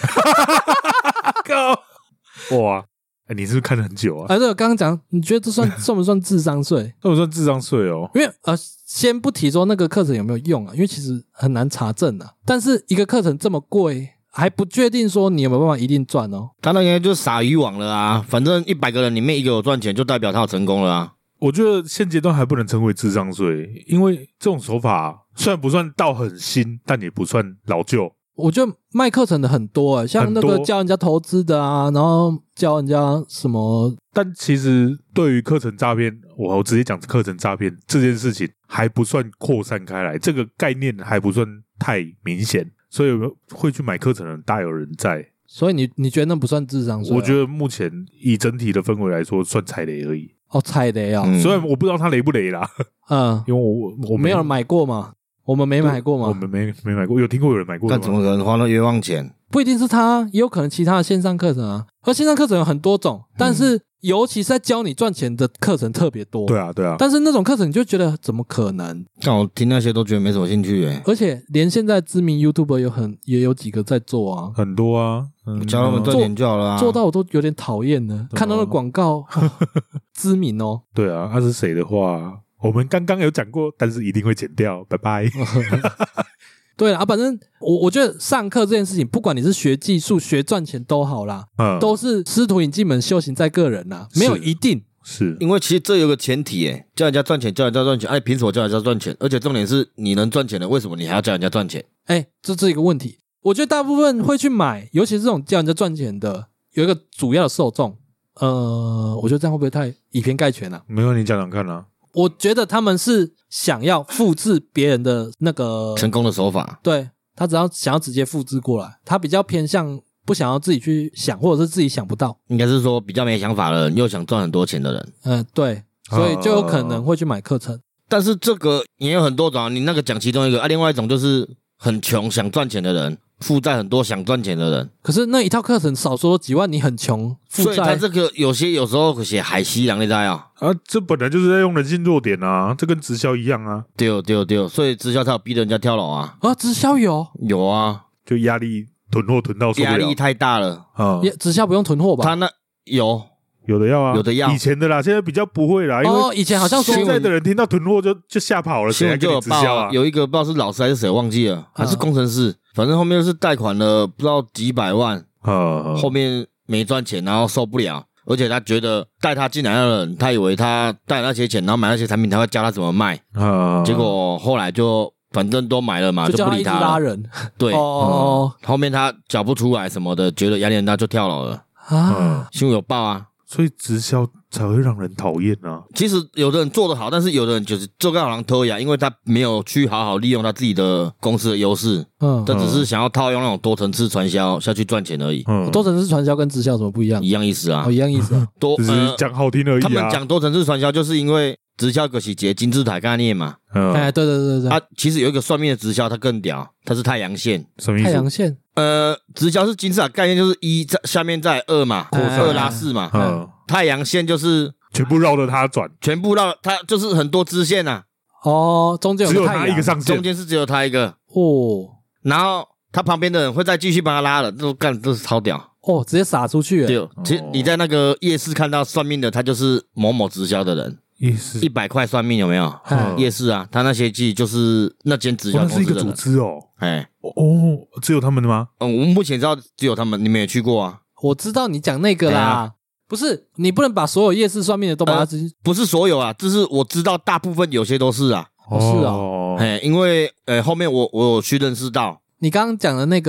Speaker 2: 哇！你是不是看了很久啊？
Speaker 1: 对，刚刚讲，你觉得这算不算智商税？
Speaker 2: 算不算智商税哦？
Speaker 1: 因为先不提说那个课程有没有用啊，因为其实很难查证啊。但是一个课程这么贵，还不确定说你有没有办法一定赚哦。
Speaker 3: 他那应该就是撒渔网了啊，反正100个人里面1个有赚钱，就代表他有成功了啊。
Speaker 2: 我觉得现阶段还不能称为智商税，因为这种手法虽然不算到很新，但也不算老旧。
Speaker 1: 我觉得卖课程的很多像那个教人家投资的啊，然后教人家什么，
Speaker 2: 但其实对于课程诈骗，我直接讲课程诈骗这件事情还不算扩散开来，这个概念还不算太明显，所以会去买课程的人大有人在。
Speaker 1: 所以你觉得那不算智商税？
Speaker 2: 我觉得目前以整体的氛围来说，算踩雷而已。
Speaker 1: 哦，踩雷啊！
Speaker 2: 虽然我不知道他雷不雷啦，因为我
Speaker 1: 没有人买过嘛。我们没买过吗？
Speaker 2: 我们没买过，有听过有人买过的吗？
Speaker 3: 但怎么可能花了冤枉钱？
Speaker 1: 不一定是他，也有可能其他的线上课程啊。而线上课程有很多种，但是尤其是在教你赚钱的课程特别多。
Speaker 2: 对啊，对啊。
Speaker 1: 但是那种课程你就觉得怎么可能？
Speaker 3: 但我听那些都觉得没什么兴趣
Speaker 1: 而且连现在知名 YouTuber 也有几个在做啊，
Speaker 2: 很多啊，
Speaker 3: 教他们赚钱就好了啊。
Speaker 1: 做到我都有点讨厌了，看到那广告，知名哦。
Speaker 2: 对啊，他是谁的话？我们刚刚有讲过，但是一定会剪掉，拜拜。
Speaker 1: 对啦，反正我觉得上课这件事情，不管你是学技术、学赚钱都好啦，都是师徒引进门，修行在个人啦，没有一定。
Speaker 2: 是
Speaker 3: 因为其实这有个前提叫人家赚钱，叫人家赚钱，凭什么叫人家赚钱？而且重点是你能赚钱的，为什么你还要叫人家赚钱？
Speaker 1: 这是一个问题。我觉得大部分会去买，尤其是这种叫人家赚钱的，有一个主要的受众。我觉得这样会不会太以偏概全啊？
Speaker 2: 没有，你讲讲看啊。
Speaker 1: 我觉得他们是想要复制别人的那个
Speaker 3: 成功的手法，
Speaker 1: 对，他只要想要直接复制过来，他比较偏向不想要自己去想，或者是自己想不到，
Speaker 3: 应该是说比较没想法的人，又想赚很多钱的人。
Speaker 1: 对，所以就有可能会去买课程。
Speaker 3: 但是这个也有很多种，你那个讲其中一个另外一种就是很穷想赚钱的人，负债很多想赚钱的人。
Speaker 1: 可是那一套课程少说几万，你很穷，负债。
Speaker 3: 所以他这个有时候写海西人，你知道
Speaker 2: 这本来就是在用人性弱点啊，这跟直销一样啊。
Speaker 3: 对，所以直销他有逼人家跳楼啊。
Speaker 1: 直销有
Speaker 3: 啊，
Speaker 2: 就压力囤货囤到受不了，
Speaker 3: 压力太大了
Speaker 1: 直销不用囤货吧？
Speaker 3: 他那有
Speaker 2: 的要啊，
Speaker 3: 有的要。
Speaker 2: 以前的啦，现在比较不会啦，因为
Speaker 1: 以前好像说
Speaker 2: 现在的人听到囤货就吓跑了，
Speaker 3: 新闻就有报啊，有一个不知道是老师还是谁忘记了，还是工程师，反正后面是贷款了不知道几百万，后面没赚钱，然后受不了，而且他觉得带他进来的人，他以为他带那些钱，然后买那些产品，他会教他怎么卖，结果后来就反正都买了嘛，就不理他了。
Speaker 1: 拉人，
Speaker 3: 对，后面他缴不出来什么的，觉得压力很大，就跳楼了啊。新闻有报啊。
Speaker 2: 所以直销才会让人讨厌啊。
Speaker 3: 其实有的人做得好，但是有的人就是做个好像偷呀，因为他没有去好好利用他自己的公司的优势，他只是想要套用那种多层次传销下去赚钱而已。
Speaker 1: 多层次传销跟直销有什么不一样？
Speaker 3: 一样意思啊，
Speaker 1: 一样意思啊，
Speaker 2: 只是讲好听而已啊。
Speaker 3: 他们讲多层次传销，就是因为直销就是结金字塔概念嘛。
Speaker 1: 对。
Speaker 3: 其实有一个算命的直销，它更屌，它是太阳线。
Speaker 2: 什么意思？
Speaker 1: 太阳线。
Speaker 3: 直销是金字塔概念，就是1在下面再2嘛，2拉4嘛。太阳线就是
Speaker 2: 全部绕着它转，
Speaker 3: 全部绕它就是很多支线啊。
Speaker 1: 中间
Speaker 2: 只有它一个上线，
Speaker 3: 中间是只有它一个然后他旁边的人会再继续帮他拉了，这是超屌
Speaker 1: 直接撒出去了。
Speaker 3: 对，其实你在那个夜市看到算命的，他就是某某直销的人。
Speaker 2: 夜市
Speaker 3: 100块算命有没有？夜市啊，他那些记就是那间直销公司的人。
Speaker 2: 那是一个组织只有他们的吗？
Speaker 3: 我们目前知道只有他们，你们也去过啊？
Speaker 1: 我知道你讲那个啦，不是你不能把所有夜市算命的都把它
Speaker 3: 不是所有啊，这是我知道大部分有些都是啊。
Speaker 1: 是啊，
Speaker 3: 因为后面我有去认识到，
Speaker 1: 你刚刚讲的那个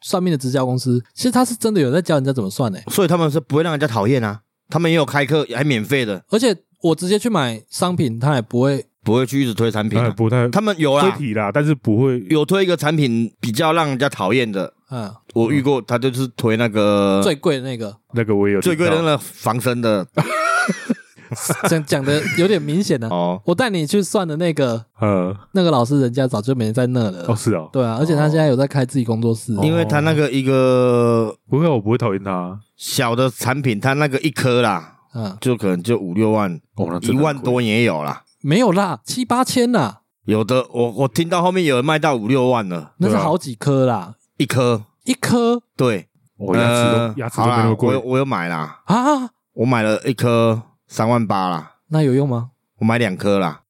Speaker 1: 算命的直销公司，其实他是真的有在教人家怎么算欸，
Speaker 3: 所以他们是不会让人家讨厌啊，他们也有开课，还免费的，
Speaker 1: 而且我直接去买商品，他也不会
Speaker 3: 去一直推产品啊，
Speaker 2: 不太，
Speaker 3: 他们有啦，
Speaker 2: 推体啦，但是不会
Speaker 3: 有推一个产品比较让人家讨厌的，我遇过，他就是推那个
Speaker 1: 最贵的那个
Speaker 2: 我也有
Speaker 3: 最贵的那个防身的。
Speaker 1: 讲的有点明显了哦。我带你去算的那个老师，人家早就没在那了。
Speaker 2: 哦，是哦，
Speaker 1: 对啊，而且他现在有在开自己工作室，
Speaker 3: 因为他那个一个
Speaker 2: 不会，我不会讨厌他
Speaker 3: 小的产品，他那个一颗啦，就可能就5、6万，1万多也有啦，
Speaker 1: 没有啦，7、8千啦，
Speaker 3: 有的我听到后面有人卖到5、6万了，
Speaker 1: 那是好几颗啦，
Speaker 3: 一颗，
Speaker 1: 对，
Speaker 2: 牙齿都没那么贵，
Speaker 3: 我有买啦啊，我买了一颗3万8啦，
Speaker 1: 那有用吗？
Speaker 3: 我买2颗啦，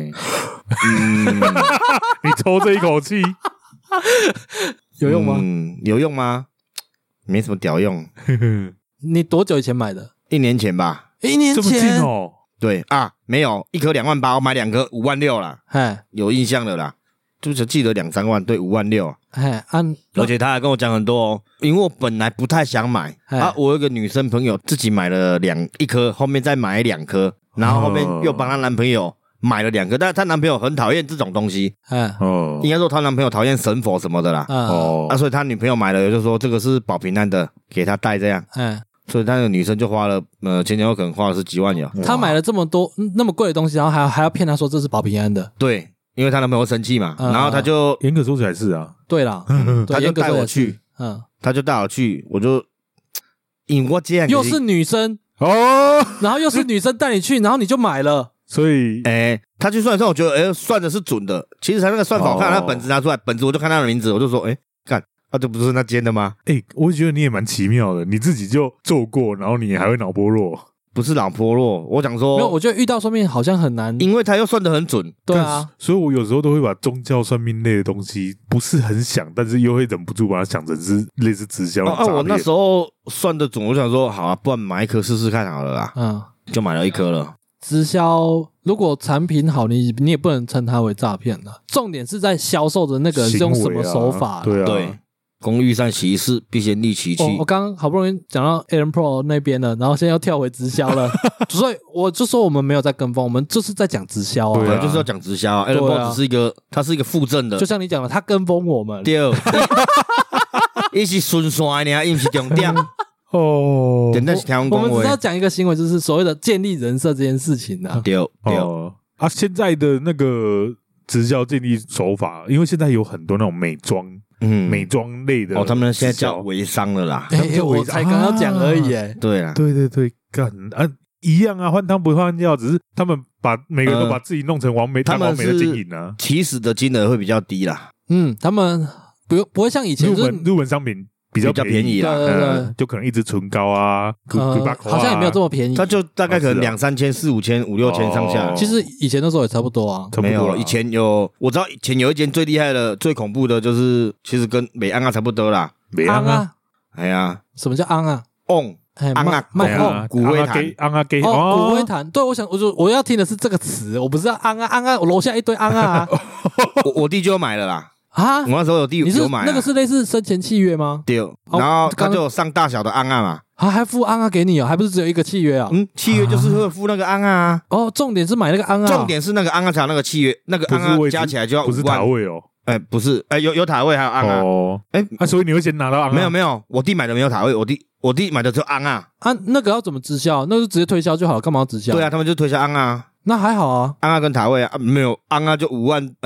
Speaker 2: 你抽这一口气
Speaker 1: 有用吗？
Speaker 3: 有用吗？没什么屌用。
Speaker 1: 你多久以前买的？1
Speaker 3: 年前吧。
Speaker 1: 1年前？
Speaker 2: 这么近哦？
Speaker 3: 对啊，没有一颗2万8，我买2颗5万6啦。有印象的啦，就是记得2、3万，对，5万6。而且他还跟我讲很多哦，因为我本来不太想买啊，我有一个女生朋友自己买了一颗，后面再买2颗，然后后面又帮她男朋友买了2颗，但是她男朋友很讨厌这种东西，应该说她男朋友讨厌神佛什么的啦，所以她女朋友买了，就说这个是保平安的，给她带这样，所以那个女生就花了前后可能花了10几万有。
Speaker 1: 她买了这么多那么贵的东西，然后还要骗她说这是保平安的，
Speaker 3: 对。因为她男朋友生气嘛，然后她就
Speaker 2: 严格说起来是啊，
Speaker 1: 对啦，
Speaker 3: 她就带我去，她就带我去，我就因为我这样
Speaker 1: 又是女生然后又是女生带你去，然后你就买了，
Speaker 2: 所以
Speaker 3: 她去算，我觉得算的是准的。其实她那个算法，我看她本子拿出来，本子我就看她的名字，我就说干，这不是那间的吗？
Speaker 2: 我觉得你也蛮奇妙的，你自己就做过，然后你还会脑波弱。
Speaker 3: 不是脑波弱，我讲说，
Speaker 1: 没有，我觉得遇到算命好像很难，
Speaker 3: 因为他又算得很准。
Speaker 1: 对啊，
Speaker 2: 所以我有时候都会把宗教算命类的东西不是很想，但是又会忍不住把它想成是类似直销。
Speaker 3: 我那时候算得准，我想说好啊，不然买一颗试试看好了啦。就买了1颗了。
Speaker 1: 直销如果产品好，你也不能称它为诈骗的，重点是在销售的那个人是用什么手法。
Speaker 2: 对啊，
Speaker 3: 对。工欲善其事，必先利其器。
Speaker 1: 我刚刚好不容易讲到 Aaron Pro 那边了，然后现在要跳回直销了，所以我就说我们没有在跟风，我们就是在讲直销啊，
Speaker 3: 对，就是要讲直销啊。Aaron Pro 只是一个，它是一个附赠的，
Speaker 1: 就像你讲的，他跟风我们。
Speaker 3: 对，伊是顺线的呢，伊不是重点。真的是听
Speaker 1: 我们只要讲一个行为，就是所谓的建立人设这件事情啊。
Speaker 3: 对。
Speaker 2: 现在的那个直销建立手法，因为现在有很多那种美妆类的
Speaker 3: 他们现在叫微商了啦。
Speaker 1: 我才刚刚讲而已。
Speaker 3: 对啊，
Speaker 2: 对，干一样啊，换汤不换药，只是他们把每个人都把自己弄成完美，他们的经营啊，
Speaker 3: 起始的金额会比较低啦。
Speaker 1: 他们不会像以前
Speaker 2: 入门商品比较便宜啦，
Speaker 1: 对，
Speaker 2: 就可能一支唇膏啊，
Speaker 1: 好像也没有这么便宜，
Speaker 3: 它就大概可能2、3千、4、5千、5、6千上下。
Speaker 1: 其实以前那时候也差不多啊，
Speaker 3: 没有，以前我知道以前有一间最厉害的、最恐怖的，就是其实跟美安啊差不多啦。
Speaker 2: 美安啊，
Speaker 3: 哎呀，
Speaker 1: 什么叫安啊？
Speaker 3: 安啊，骨灰坛，
Speaker 1: 骨灰坛。对，我要听的是这个词，我不是要安啊，我楼下一堆安啊。
Speaker 3: 我弟就有买了啦。我那时候有弟有买，
Speaker 1: 那个是类似生前契约吗？
Speaker 3: 对，然后他就有上大小的安啊嘛，
Speaker 1: 还附安啊给你哦，还不是只有一个契约啊？
Speaker 3: 契约就是会附那个安啊。
Speaker 1: 重点是买那个安啊，
Speaker 3: 重点是那个安啊才有那个契约，那个安啊加起来就要5万。
Speaker 2: 不是塔位哦，
Speaker 3: 不是，有塔位还有安啊。
Speaker 2: 所以你会先拿到安啊？
Speaker 3: 没有，我弟买的没有塔位，我弟买的就安啊。
Speaker 1: 那个要怎么直销？那就直接推销就好了，干嘛要直销？
Speaker 3: 对啊，他们就推销安啊。
Speaker 1: 那还好啊，
Speaker 3: 安啊跟塔位啊，没有安啊就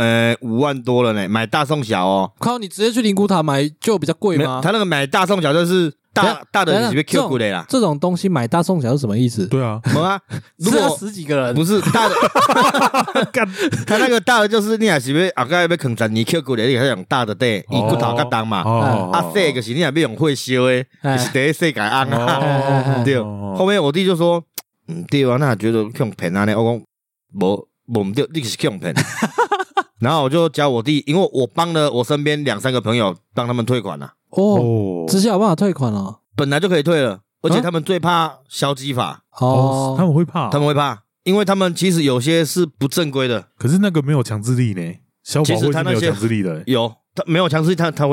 Speaker 3: 5万多了呢，买大送小哦。
Speaker 1: 靠，你直接去灵骨塔买就比较贵吗？
Speaker 3: 他那个买大送小就是大的，你被 Q 过的啦。
Speaker 1: 这种东西买大送小是什么意思？
Speaker 2: 对啊，
Speaker 3: 没啊，
Speaker 1: 如果10几个人
Speaker 3: 不是大的，他那个大的就是你还是要该要啃10年 Q 过的，你还用大的对，以骨头较重嘛。小个是你还要用会烧的，是第一世界安啊。对，后面我弟就说，对啊，那觉得用骗啊呢，我讲。不对，你是骗骗。然后我就教我弟，因为我帮了我身边2、3个朋友帮他们退款了。
Speaker 1: 直销有办法退款了，
Speaker 3: 本来就可以退了，而且他们最怕消基法。
Speaker 2: 他们会怕，
Speaker 3: 因为他们其实有些是不正规的。
Speaker 2: 可是那个没有强制力呢，消保会是没有强制力的。
Speaker 3: 有，他没有强制力，他会怕。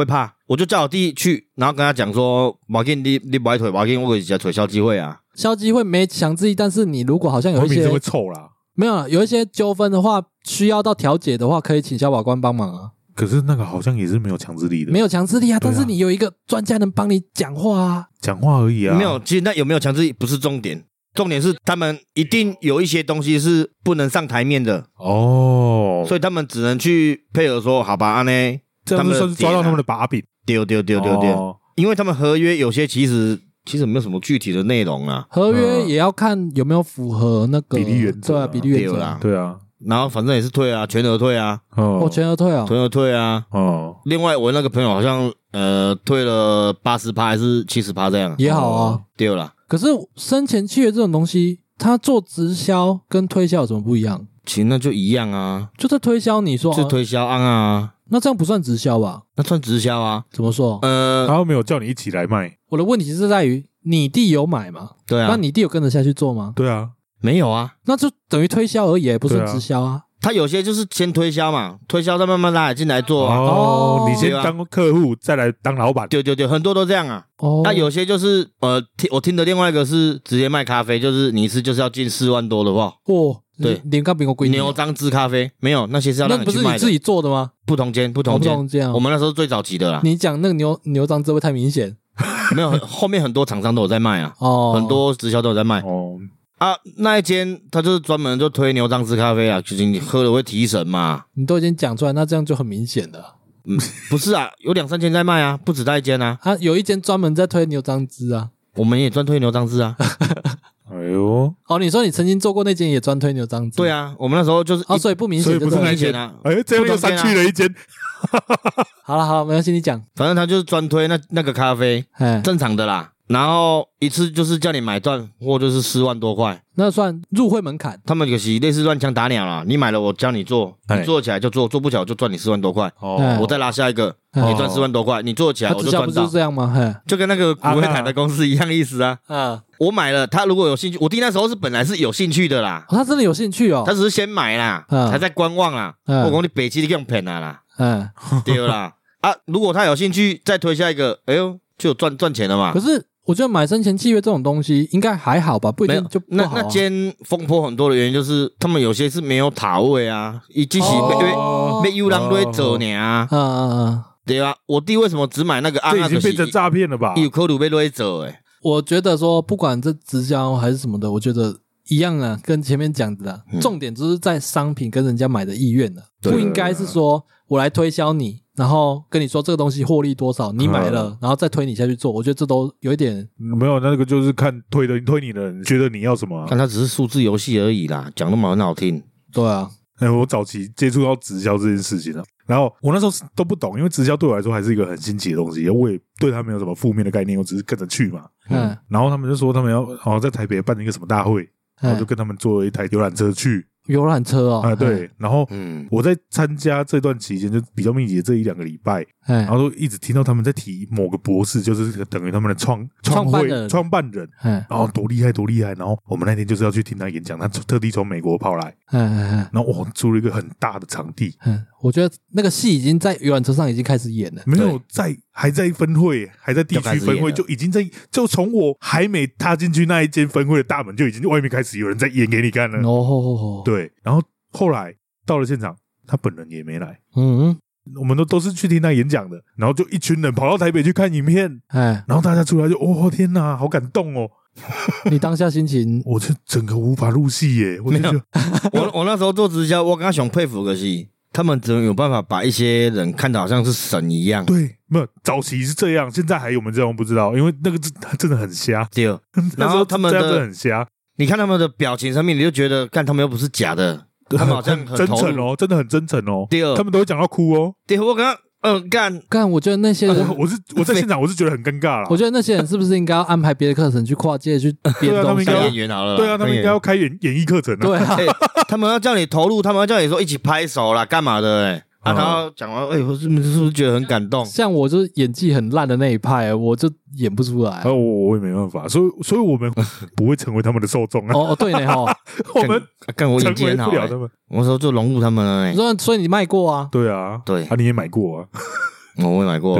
Speaker 3: 我就叫我弟去，然后跟他讲说，毛巾你不爱退，毛巾我给人家退消基会啊。
Speaker 1: 消基会没强制力，但是你如果好像有一些
Speaker 2: 会臭啦，
Speaker 1: 没有啊，有一些纠纷的话，需要到调解的话，可以请消保官帮忙啊。
Speaker 2: 可是那个好像也是没有强制力的，
Speaker 1: 没有强制力啊，但是你有一个专家能帮你讲话啊，
Speaker 2: 讲话而已啊。
Speaker 3: 没有，其实那有没有强制力不是重点，重点是他们一定有一些东西是不能上台面的哦，所以他们只能去配合说，好吧，安呢，
Speaker 2: 这样子算是抓到他们的把柄。
Speaker 3: 对，因为他们合约有些其实没有什么具体的内容啊，
Speaker 1: 合约也要看有没有符合那个
Speaker 2: 比例原则，
Speaker 1: 对啊，比例原则
Speaker 3: 啦，
Speaker 2: 对啊。
Speaker 3: 然后反正也是退啊，全额退啊，
Speaker 1: 全额退啊，
Speaker 3: 全额退啊，另外我那个朋友好像退了80%还是70%这样，
Speaker 1: 也好啊，
Speaker 3: 对啦。
Speaker 1: 可是生前契约这种东西，他做直销跟推销有什么不一样？
Speaker 3: 其实那就一样啊，
Speaker 1: 就在推销，你说
Speaker 3: 就推销案啊，
Speaker 1: 那这样不算直销吧？
Speaker 3: 那算直销啊？
Speaker 1: 怎么说？
Speaker 2: 他没有叫你一起来卖。
Speaker 1: 我的问题是在于你弟有买吗？
Speaker 3: 对啊，
Speaker 1: 那你弟有跟着下去做吗？
Speaker 2: 对啊，
Speaker 3: 没有啊，
Speaker 1: 那就等于推销而已，也不算直销啊。
Speaker 3: 他有些就是先推销嘛，推销再慢慢拉进来做啊。
Speaker 2: 哦，你先当客户，再来当老板。
Speaker 3: 对，很多都这样啊。哦，那有些就是我听的另外一个是直接卖咖啡，就是你一次就是要进4万多的话。
Speaker 1: 哦，
Speaker 3: 对，
Speaker 1: 连咖比我贵。
Speaker 3: 牛樟芝咖啡没有，那些是要让你去卖的。
Speaker 1: 那不是你自己做的吗？
Speaker 3: 不同间。我们那时候最早期的啦。
Speaker 1: 你讲那个牛樟芝会太明显。
Speaker 3: 没有，后面很多厂商都有在卖啊。哦，很多直销都有在卖。哦。啊，那一间他就是专门就推牛樟芝咖啡啊，就是你喝了会提神嘛。
Speaker 1: 你都已经讲出来，那这样就很明显了。
Speaker 3: 不是啊，有2-3间在卖啊，不止那一间啊。
Speaker 1: 有一间专门在推牛樟芝啊，
Speaker 3: 我们也专推牛樟芝啊。
Speaker 2: 哎呦，
Speaker 1: 你说你曾经做过那间也专推牛樟芝？
Speaker 3: 对啊，我们那时候就是
Speaker 1: 所以不明显，所以
Speaker 2: 不是那一间啊。这样又上去了一间。
Speaker 1: 好了，没关系，你讲。
Speaker 3: 反正他就是专推那个咖啡，正常的啦。然后一次就是叫你买断或就是4万多块，
Speaker 1: 那算入会门槛。
Speaker 3: 他们就是类似乱枪打鸟啦，你买了我教你做，你做起来就做，做不起来我就赚你4万多块。我再拉下一个，你赚4万多块，你做起来我就赚到。
Speaker 1: 不是这样吗？
Speaker 3: 就跟那个股会谈的公司一样意思啊。我买了，他如果有兴趣，我弟那时候是本来是有兴趣的啦。
Speaker 1: 他真的有兴趣哦，
Speaker 3: 他只是先买啦，还在观望啦。我讲你北七你用骗啦。对啦。如果他有兴趣再推下一个，哎呦就有赚钱了嘛。
Speaker 1: 可是我觉得买生前契约这种东西应该还好吧，不一定就不好。
Speaker 3: 那间风波很多的原因就是他们有些是没有塔位啊，以及是被有人在走呢啊。对啊，我弟为什么只买那个？
Speaker 2: 这已经变成诈骗了吧？
Speaker 3: 有可能被勒走
Speaker 1: 我觉得说不管这直销还是什么的，我觉得一样啊，跟前面讲的重点就是在商品跟人家买的意愿的，不应该是说我来推销你。然后跟你说这个东西获利多少，你买了，然后再推你下去做，我觉得这都有一点
Speaker 2: 没有那个，就是看推你的人觉得你要什么，
Speaker 3: 看他只是数字游戏而已啦，讲那么很好听。
Speaker 1: 对啊，
Speaker 2: 我早期接触到直销这件事情了，然后我那时候都不懂，因为直销对我来说还是一个很新奇的东西，我也对他没有什么负面的概念，我只是跟着去嘛。然后他们就说他们要在台北办一个什么大会，然后就跟他们坐了一台游览车去。
Speaker 1: 游览车哦，
Speaker 2: 对，然后我在参加这段期间就比较密集的这1-2个礼拜，然后都一直听到他们在提某个博士，就是等于他们的创办人，然后多厉害，然后我们那天就是要去听他演讲，他特地从美国跑来，然后租了一个很大的场地，
Speaker 1: 我觉得那个戏已经在游览车上已经开始演了，
Speaker 2: 没有还在分会，还在地区分会，就已经就从我还没踏进去那一间分会的大门，就已经外面开始有人在演给你看了。对，然后后来到了现场，他本人也没来。我们都是去听他演讲的，然后就一群人跑到台北去看影片，然后大家出来就天哪，好感动哦。
Speaker 1: 你当下心情，
Speaker 2: 我就整个无法入戏耶。
Speaker 3: 我那时候做直销，我刚刚想佩服的是。他们只能有办法把一些人看得好像是神一样。
Speaker 2: 对，没有早期是这样，现在还有没有这样我不知道，因为那个真的很瞎。
Speaker 3: 对，然后他们
Speaker 2: 真的很瞎。
Speaker 3: 你看他们的表情上面，你就觉得，干他们又不是假的，他们好像很
Speaker 2: 真诚哦，真的很真诚哦。
Speaker 3: 对，
Speaker 2: 他们都会讲到哭哦。
Speaker 3: 对，我刚刚。
Speaker 1: 干！我觉得那些人，
Speaker 2: 我在现场，我是觉得很尴尬啦。
Speaker 1: 我觉得那些人是不是应该要安排别的课程去跨界去编东西？
Speaker 3: 当演员好了。
Speaker 2: 对啊，他们应该要开演艺课程啊。
Speaker 1: 对啊，
Speaker 3: 他们要叫你投入，他们要叫你说一起拍手啦，干嘛的？然后讲完，我是不是觉得很感动？
Speaker 1: 像我就是演技很烂的那一派，我就演不出来。
Speaker 2: 我也没办法，所以我们不会成为他们的受众啊。
Speaker 1: 对呢哈，
Speaker 2: 我们
Speaker 3: 我演技很好，我说就融入他们了。
Speaker 1: 所以你卖过啊？
Speaker 2: 对啊，
Speaker 3: 对
Speaker 2: 你也买过啊。
Speaker 3: 我也买过，
Speaker 2: 对啊，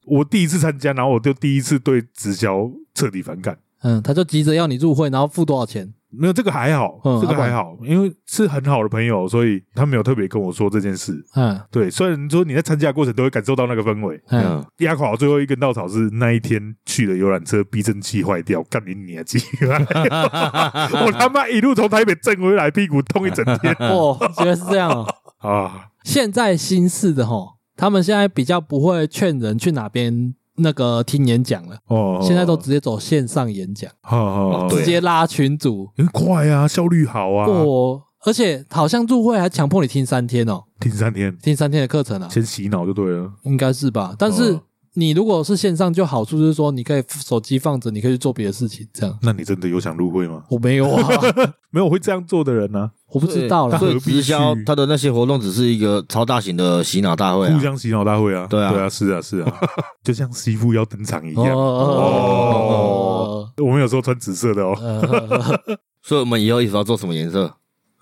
Speaker 2: 我第一次参加，然后我就第一次对直销彻底反感。
Speaker 1: 他就急着要你入会，然后付多少钱？
Speaker 2: 没有，这个还好，这个还好，因为是很好的朋友，所以他没有特别跟我说这件事。对，虽然说你在参加的过程都会感受到那个氛围。压垮最后一根稻草是那一天去了游览车，避震器坏掉，干你娘鸡！我他妈一路从台北震回来，屁股痛一整天。
Speaker 1: 原来是这样啊！现在新式的他们现在比较不会劝人去哪边那个听演讲了，现在都直接走线上演讲，直接拉群组，
Speaker 2: 很快啊，效率好啊。
Speaker 1: 而且好像入会还强迫你听3天
Speaker 2: 听3天
Speaker 1: 的课程啊，
Speaker 2: 先洗脑就对了，
Speaker 1: 应该是吧？但是你如果是线上，就好处就是说你可以手机放着，你可以去做别的事情，这样。
Speaker 2: 那你真的有想入会吗？
Speaker 1: 我没有啊，
Speaker 2: 没有会这样做的人啊，
Speaker 1: 我不知道啦。
Speaker 3: 所以直销它的那些活动只是一个超大型的洗脑大会，
Speaker 2: 互相洗脑大会啊。对啊，是啊，就像媳妇要登场一样。我们有时候穿紫色的
Speaker 3: 所以我们以后衣服要做什么颜色？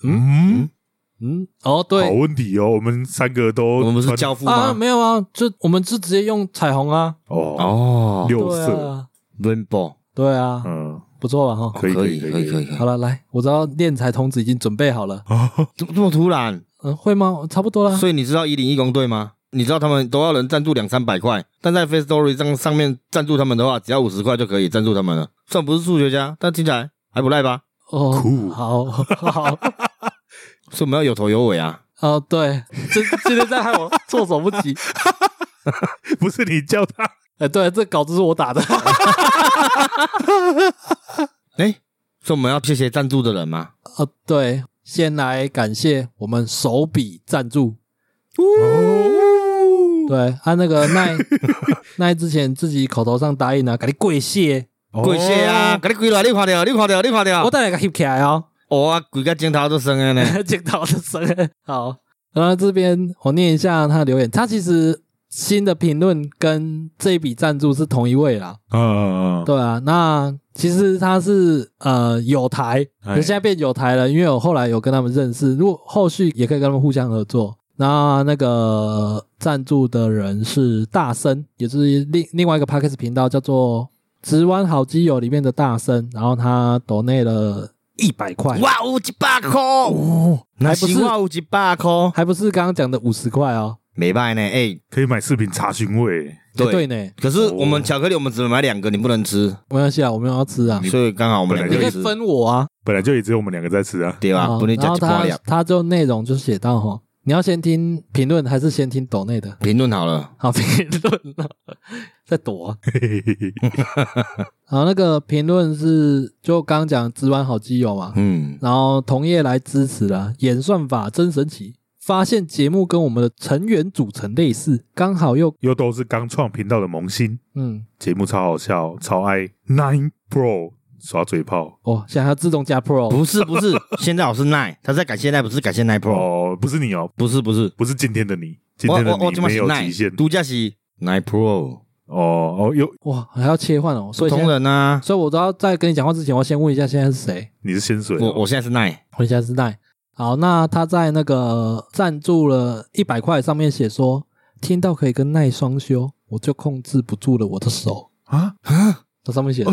Speaker 1: 对，
Speaker 2: 好问题哦。我们3个都，
Speaker 3: 我们不是教父吗？
Speaker 1: 没有啊，我们是直接用彩虹啊。
Speaker 2: 6色
Speaker 3: ，rainbow。
Speaker 1: 对啊，不错吧？
Speaker 3: 可以。
Speaker 1: 好了，来，我知道敛财童子已经准备好了。
Speaker 3: 怎么这么突然？
Speaker 1: 会吗？差不多啦。
Speaker 3: 所以你知道101义工队吗？你知道他们都要人赞助200-300块，但在 Firstory 上面赞助他们的话，只要50块就可以赞助他们了。虽然不是数学家，但听起来还不赖吧？
Speaker 2: 酷，
Speaker 1: 好。
Speaker 3: 所以我们要有头有尾啊！
Speaker 1: 对，今天在害我措手不及。
Speaker 2: 不是你叫他？
Speaker 1: 对，这稿子是我打的。
Speaker 3: 所以我们要谢谢赞助的人吗？
Speaker 1: 对，先来感谢我们手笔赞助。对，那个奈之前自己口头上答应给你跪谢
Speaker 3: 啊，给你跪了，你看到，
Speaker 1: 我等下给翕起来
Speaker 3: 跪个镜头都生了呢，
Speaker 1: 镜头都生了。好，然后这边我念一下他的留言，他其实新的评论跟这一笔赞助是同一位啦。对啊，那其实他是友台，现在变友台了，因为我后来有跟他们认识，如果后续也可以跟他们互相合作。那个赞助的人是大森，也是另外一个 Podcast 频道叫做直湾好基友里面的大森，然后他donate了100块，
Speaker 3: 哇，有100块哦，
Speaker 1: 还不是
Speaker 3: 哇，有100块，
Speaker 1: 还不是刚刚讲的50块哦，
Speaker 3: 没办呢，
Speaker 2: 可以买视频查询味，
Speaker 1: 对呢。
Speaker 3: 可是我们巧克力我们只能买2个，你不能吃，
Speaker 1: 没关系啊，我们要吃啊，
Speaker 3: 所以刚好我们2个
Speaker 1: 你可以分我啊，
Speaker 2: 本来就也只有我们2个在吃啊，
Speaker 3: 对吧？不能讲一块两。
Speaker 1: 他就内容就写到你要先听评论还是先听抖内的？
Speaker 3: 评论好了，
Speaker 1: 好评论了，在躲。好，那个评论是就刚刚讲直湾好基友嘛，然后同业来支持了，演算法真神奇，发现节目跟我们的成员组成类似，刚好又
Speaker 2: 都是刚创频道的萌新，节目超好笑，超爱 Nine Pro。耍嘴炮
Speaker 1: 现在还要自动加 Pro？
Speaker 3: 不是，现在我是 Nine， 他在感谢 Nine， 不是感谢 Nine Pro。
Speaker 2: 不是你
Speaker 3: 不是
Speaker 2: 今天的你，今天的你没有极限，
Speaker 3: 独家是 Nine Pro。
Speaker 1: 还要切换
Speaker 3: 所以同人啊，
Speaker 1: 所以我都要在跟你讲话之前，我先问一下现在是谁？
Speaker 2: 你是仙水，
Speaker 3: 我现在是 Nine，
Speaker 1: 我现在是 Nine。好，那他在那个赞助了100块上面写说，听到可以跟Nine双修，我就控制不住了我的手啊！这上面写的。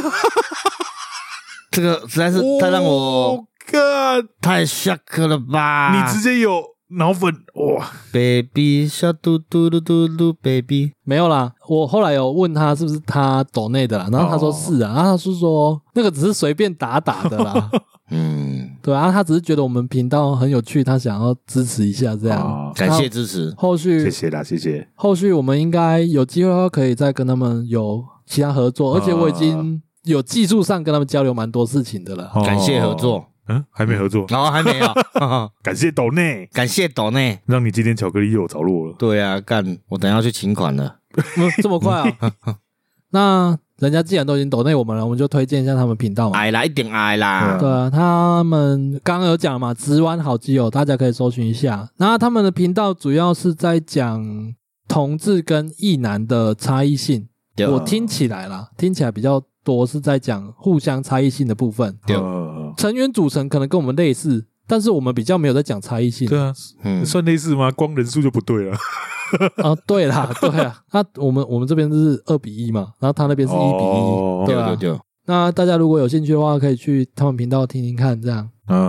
Speaker 3: 这个实在是太让我太 shock 了吧！
Speaker 2: 你直接有脑粉哇
Speaker 3: ，baby 小嘟嘟嘟嘟嘟 baby
Speaker 1: 没有啦，我后来有问他是不是他抖内的啦，然后他说是啊，然后他是说那个只是随便打的啦，对啊，他只是觉得我们频道很有趣，他想要支持一下这样，
Speaker 3: 感谢支持，
Speaker 1: 后续
Speaker 2: 谢谢啦，谢谢。
Speaker 1: 后续我们应该有机会的话，可以再跟他们有其他合作，而且我已经有技术上跟他们交流蛮多事情的了，
Speaker 3: 感谢合作。
Speaker 2: 还没合作，
Speaker 3: 还没有。
Speaker 2: 感谢抖内，
Speaker 3: 让
Speaker 2: 你今天巧克力又有着落了。
Speaker 3: 对啊，我等一下去请款了，
Speaker 1: 这么快啊？那人家既然都已经抖内我们了，我们就推荐一下他们频道嘛。
Speaker 3: 爱啦，一定爱啦。
Speaker 1: 对啊，他们刚刚有讲嘛，直湾好基友，大家可以搜寻一下。那他们的频道主要是在讲同志跟异男的差异性，我听起来比较多是在讲互相差异性的部分。成员组成可能跟我们类似， 但是我们比较没有在讲差异性。
Speaker 2: 对啊，算类似吗？光人数就不对了。
Speaker 1: 啊，对啦，对啊，我们这边是2:1嘛，然后他那边是1:1，对啊。对。那大家如果有兴趣的话，可以去他们频道听听看，这样。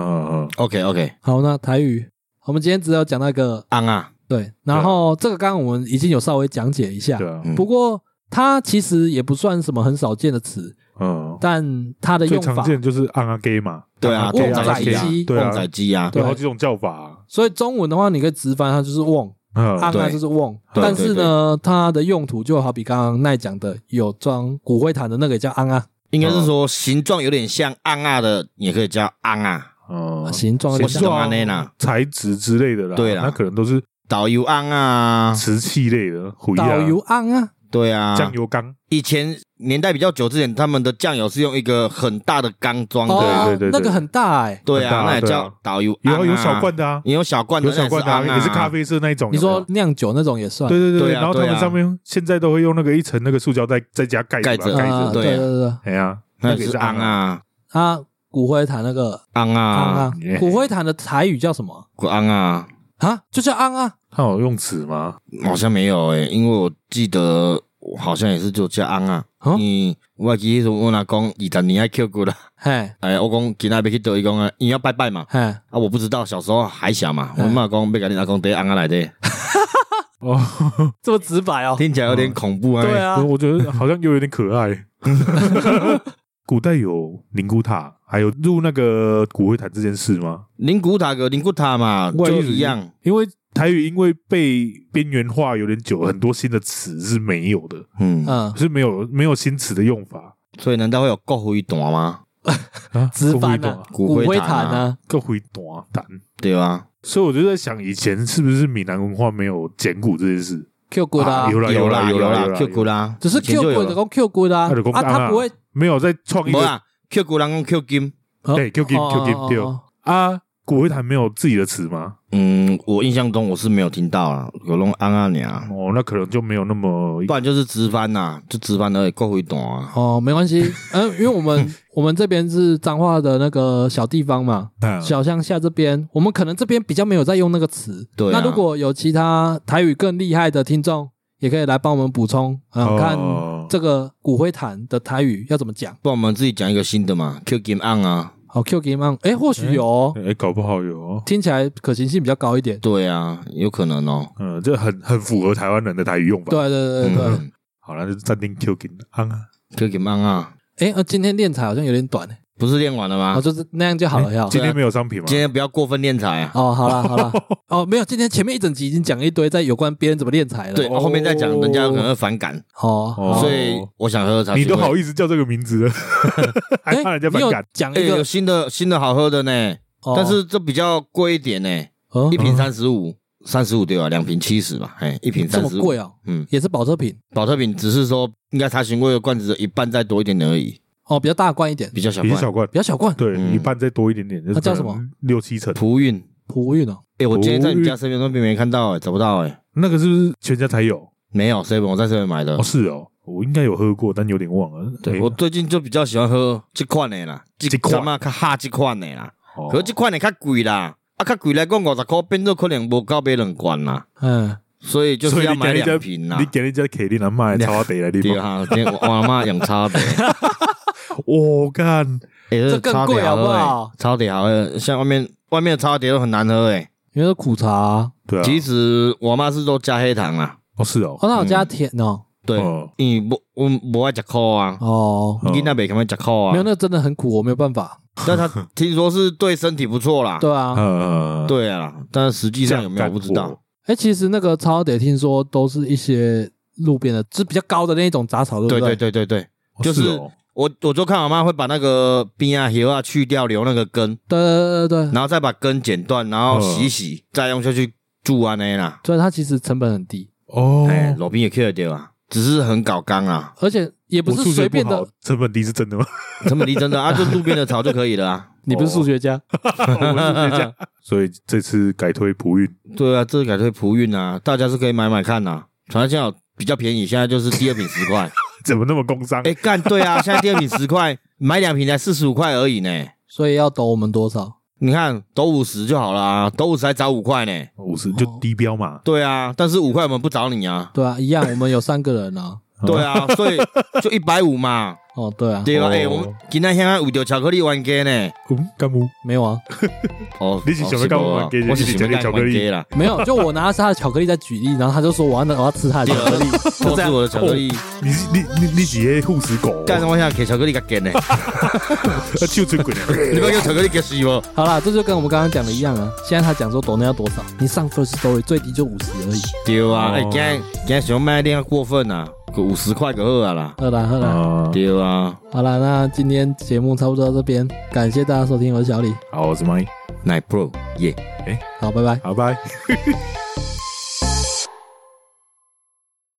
Speaker 3: OK。
Speaker 1: 好，那台语，我们今天只有讲那个
Speaker 3: 昂啊，
Speaker 1: 对，然后这个刚刚我们已经有稍微讲解一下，不过它其实也不算什么很少见的词，但它的用法
Speaker 2: 最常见就是昂啊 gay 嘛，
Speaker 3: 对啊，
Speaker 1: 旺仔鸡，
Speaker 3: 旺仔鸡啊，
Speaker 2: 有好几种叫法。
Speaker 1: 所以中文的话，你可以直翻它就是旺。昂啊就是旺，但是呢，它的用途就好比刚刚奈讲的，有装骨灰坛的那个也叫昂啊，
Speaker 3: 应该是说形状有点像昂啊的，也可以叫昂啊，
Speaker 1: 形状有点
Speaker 3: 像
Speaker 2: 材质之类的啦，
Speaker 3: 对啦，
Speaker 2: 那可能都是
Speaker 3: 导游昂啊，
Speaker 2: 瓷器类的，
Speaker 1: 导游昂啊，
Speaker 3: 对啊，
Speaker 2: 酱油缸。
Speaker 3: 以前年代比较久之前，他们的酱油是用一个很大的缸装
Speaker 2: 的，
Speaker 1: 对，那个很大
Speaker 3: 对啊，那也叫导游昂啊，
Speaker 2: 有小罐的啊，
Speaker 3: 也有小罐的，
Speaker 2: 有小罐的啊，也是咖啡色那一种。
Speaker 1: 你说酿酒那种也算，
Speaker 2: 对，然后他们上面现在都会用那个一层那个塑胶袋再加盖子，
Speaker 1: 对，
Speaker 2: 哎呀，
Speaker 3: 那个是昂啊，
Speaker 1: 骨灰坛那个
Speaker 3: 昂啊，
Speaker 1: 骨灰坛的台语叫什么？
Speaker 3: 昂啊，
Speaker 1: 就叫昂啊，
Speaker 2: 它有用词吗？
Speaker 3: 好像没有因为我记得好像也是就叫昂啊。我记得我阿公20年还捡过啦，我讲今仔要去倒，伊讲啊，因要拜拜嘛，我不知道，小时候还小嘛，我妈讲要甲你阿公带昂啊来的，
Speaker 1: 这么直白
Speaker 3: 听起来有点恐怖啊。
Speaker 1: 对啊，
Speaker 2: 我觉得好像又有点可爱。古代有灵骨塔，还有入那个骨灰坛这件事吗？
Speaker 3: 灵骨塔跟灵骨塔嘛，就一样，
Speaker 2: 因为台语因为被边缘化有点久，很多新的词是没有的，是没有新词的用法，
Speaker 3: 所以难道会有骨灰坛吗？
Speaker 1: 直翻啊，骨灰坛啊，
Speaker 2: 骨灰坛，
Speaker 3: 对啊。
Speaker 2: 所以我就在想，以前是不是闽南文化没有捡骨这件事
Speaker 1: ？Q 骨啦，
Speaker 3: 有啦 ，Q 骨啦，
Speaker 1: 只是 Q 骨的讲 Q 骨啦，他不会
Speaker 2: 没有在创一个
Speaker 3: Q 骨人讲 Q 金，
Speaker 2: 对 Q 金对啊。骨灰坛没有自己的词吗？
Speaker 3: 我印象中我是没有听到啊，有弄昂啊娘。
Speaker 2: 那可能就没有那么，
Speaker 3: 不然就是直翻呐，就直翻而已，骨灰坛啊。
Speaker 1: 没关系，因为我们这边是彰化的那个小地方嘛，小乡下这边，我们可能这边比较没有在用那个词。
Speaker 3: 对，
Speaker 1: 那如果有其他台语更厉害的听众，也可以来帮我们补充看这个骨灰坛的台语要怎么讲。
Speaker 3: 不然我们自己讲一个新的嘛 ，Q 金昂啊。
Speaker 1: Q Game On， 或许有
Speaker 2: 搞不好有
Speaker 1: 听起来可行性比较高一点。
Speaker 3: 对啊，有可能
Speaker 2: 这很符合台湾人的台语用法。
Speaker 1: 对。
Speaker 2: 好了，就暂定 Q Game On 啊
Speaker 3: ，Q Game On 啊。
Speaker 1: 今天练财好像有点短
Speaker 3: 不是练完了吗？
Speaker 1: 就是那样就好了。
Speaker 2: 今天没有商品吗？
Speaker 3: 今天不要过分练财啊。
Speaker 1: 好了。没有，今天前面一整集已经讲一堆在有关别人怎么练财了。
Speaker 3: 对，后面再讲，人家可能会反感。所以我想喝茶。
Speaker 2: 你都好意思叫这个名字了，还怕人家反感？
Speaker 1: 讲一个
Speaker 3: 有新的好喝的呢，但是这比较贵一点呢，一瓶35对吧？2瓶70嘛，一瓶35，
Speaker 1: 这么贵啊？也是保特瓶。
Speaker 3: 保特瓶只是说应该茶询味的罐子的一半再多一点点而已。
Speaker 1: 比较大罐一点，
Speaker 3: 比较小
Speaker 1: 罐，
Speaker 2: 对，一半再多一点点，
Speaker 1: 它叫什么
Speaker 2: ？6-7成。
Speaker 3: 璞韵
Speaker 1: 哦。
Speaker 3: 我今天在你家身边那边没看到找不到
Speaker 2: 那个是不是全家才有？
Speaker 3: 没有 ，7 我在这边买的。
Speaker 2: 是哦，我应该有喝过，但有点忘了。
Speaker 3: 对，我最近就比较喜欢喝这款的啦，这款较哈这款的啦，可这款的较贵啦，较贵来讲50块，变做可能无够买2罐啦。所以就是要买2瓶啦。
Speaker 2: 你给人家客人买茶茶来的
Speaker 3: 对啊，我阿妈用茶茶。
Speaker 2: 我干，
Speaker 1: 这更贵好不好？
Speaker 3: 茶茶好喝，像外面的茶茶都很难喝
Speaker 1: 因为是苦茶。
Speaker 2: 对啊，
Speaker 3: 其实我妈是都加黑糖啦。
Speaker 2: 是哦，
Speaker 1: 那有加甜哦。
Speaker 3: 对，因为我不爱吃苦啊。你那边可能吃苦啊？
Speaker 1: 没有，那真的很苦，我没有办法。
Speaker 3: 但他听说是对身体不错啦。
Speaker 1: 对啊，
Speaker 3: 对啊，但是实际上有没有不知道。
Speaker 1: 其实那个超得听说都是一些路边的，就是比较高的那种杂草，对不对？
Speaker 3: 对，就是我就看我妈会把那个边啊叶啊去掉，留那个根，
Speaker 1: 对，
Speaker 3: 然后再把根剪断，然后洗，再用下去煮安尼啦。
Speaker 1: 所以它其实成本很低
Speaker 3: 路边也 Q 得掉啊，只是很搞刚啊，
Speaker 1: 而且也不是随便的。
Speaker 2: 成本低是真的吗？
Speaker 3: 成本低真的啊，就路边的草就可以了啊。
Speaker 1: 你不是数学家？
Speaker 2: 我不是数学家，所以这次改推璞韵。
Speaker 3: 对啊，这次改推璞韵啊，大家是可以买看呐。反正现在比较便宜，现在就是第2瓶10块。
Speaker 2: 怎么那么工商？
Speaker 3: 干对啊，现在第2瓶10块，买2瓶才45块而已呢。
Speaker 1: 所以要抖我们多少？
Speaker 3: 你看都50就好啦，都50才找5块呢
Speaker 2: ，50就低标嘛。
Speaker 3: 对啊，但是5块我们不找你啊。
Speaker 1: 对啊，一样，我们有3个人啊。
Speaker 3: 对啊，所以就150嘛。
Speaker 1: 哦，对啊，
Speaker 3: 对啊，我们今天现在为着巧克力玩家呢。
Speaker 2: 干不？
Speaker 1: 没有啊。
Speaker 2: 哦，你是想要干嘛玩家？
Speaker 3: 我是想要巧克力
Speaker 1: 啦。没有，就我拿他的巧克力在举例，然后他就说我要吃他的巧克力，
Speaker 3: 都是我的巧克力。
Speaker 2: 你几个护食狗？
Speaker 3: 干什么想给巧克力给干呢？
Speaker 2: 就吹鬼呢！
Speaker 3: 你不要给巧克力给死我。
Speaker 1: 好啦，这就跟我们刚刚讲的一样啊。现在他讲说抖内要多少，你上 First Story 最低就50而已。
Speaker 3: 对啊，今天想卖点过分啊。50块就好啦。
Speaker 1: 好啦，
Speaker 3: 对啊。
Speaker 1: 好啦，那今天节目差不多到这边，感谢大家收听，我是小李，
Speaker 2: 好，我是 Mike，
Speaker 3: Night Pro， 耶，
Speaker 1: 好，拜拜，
Speaker 2: 好拜。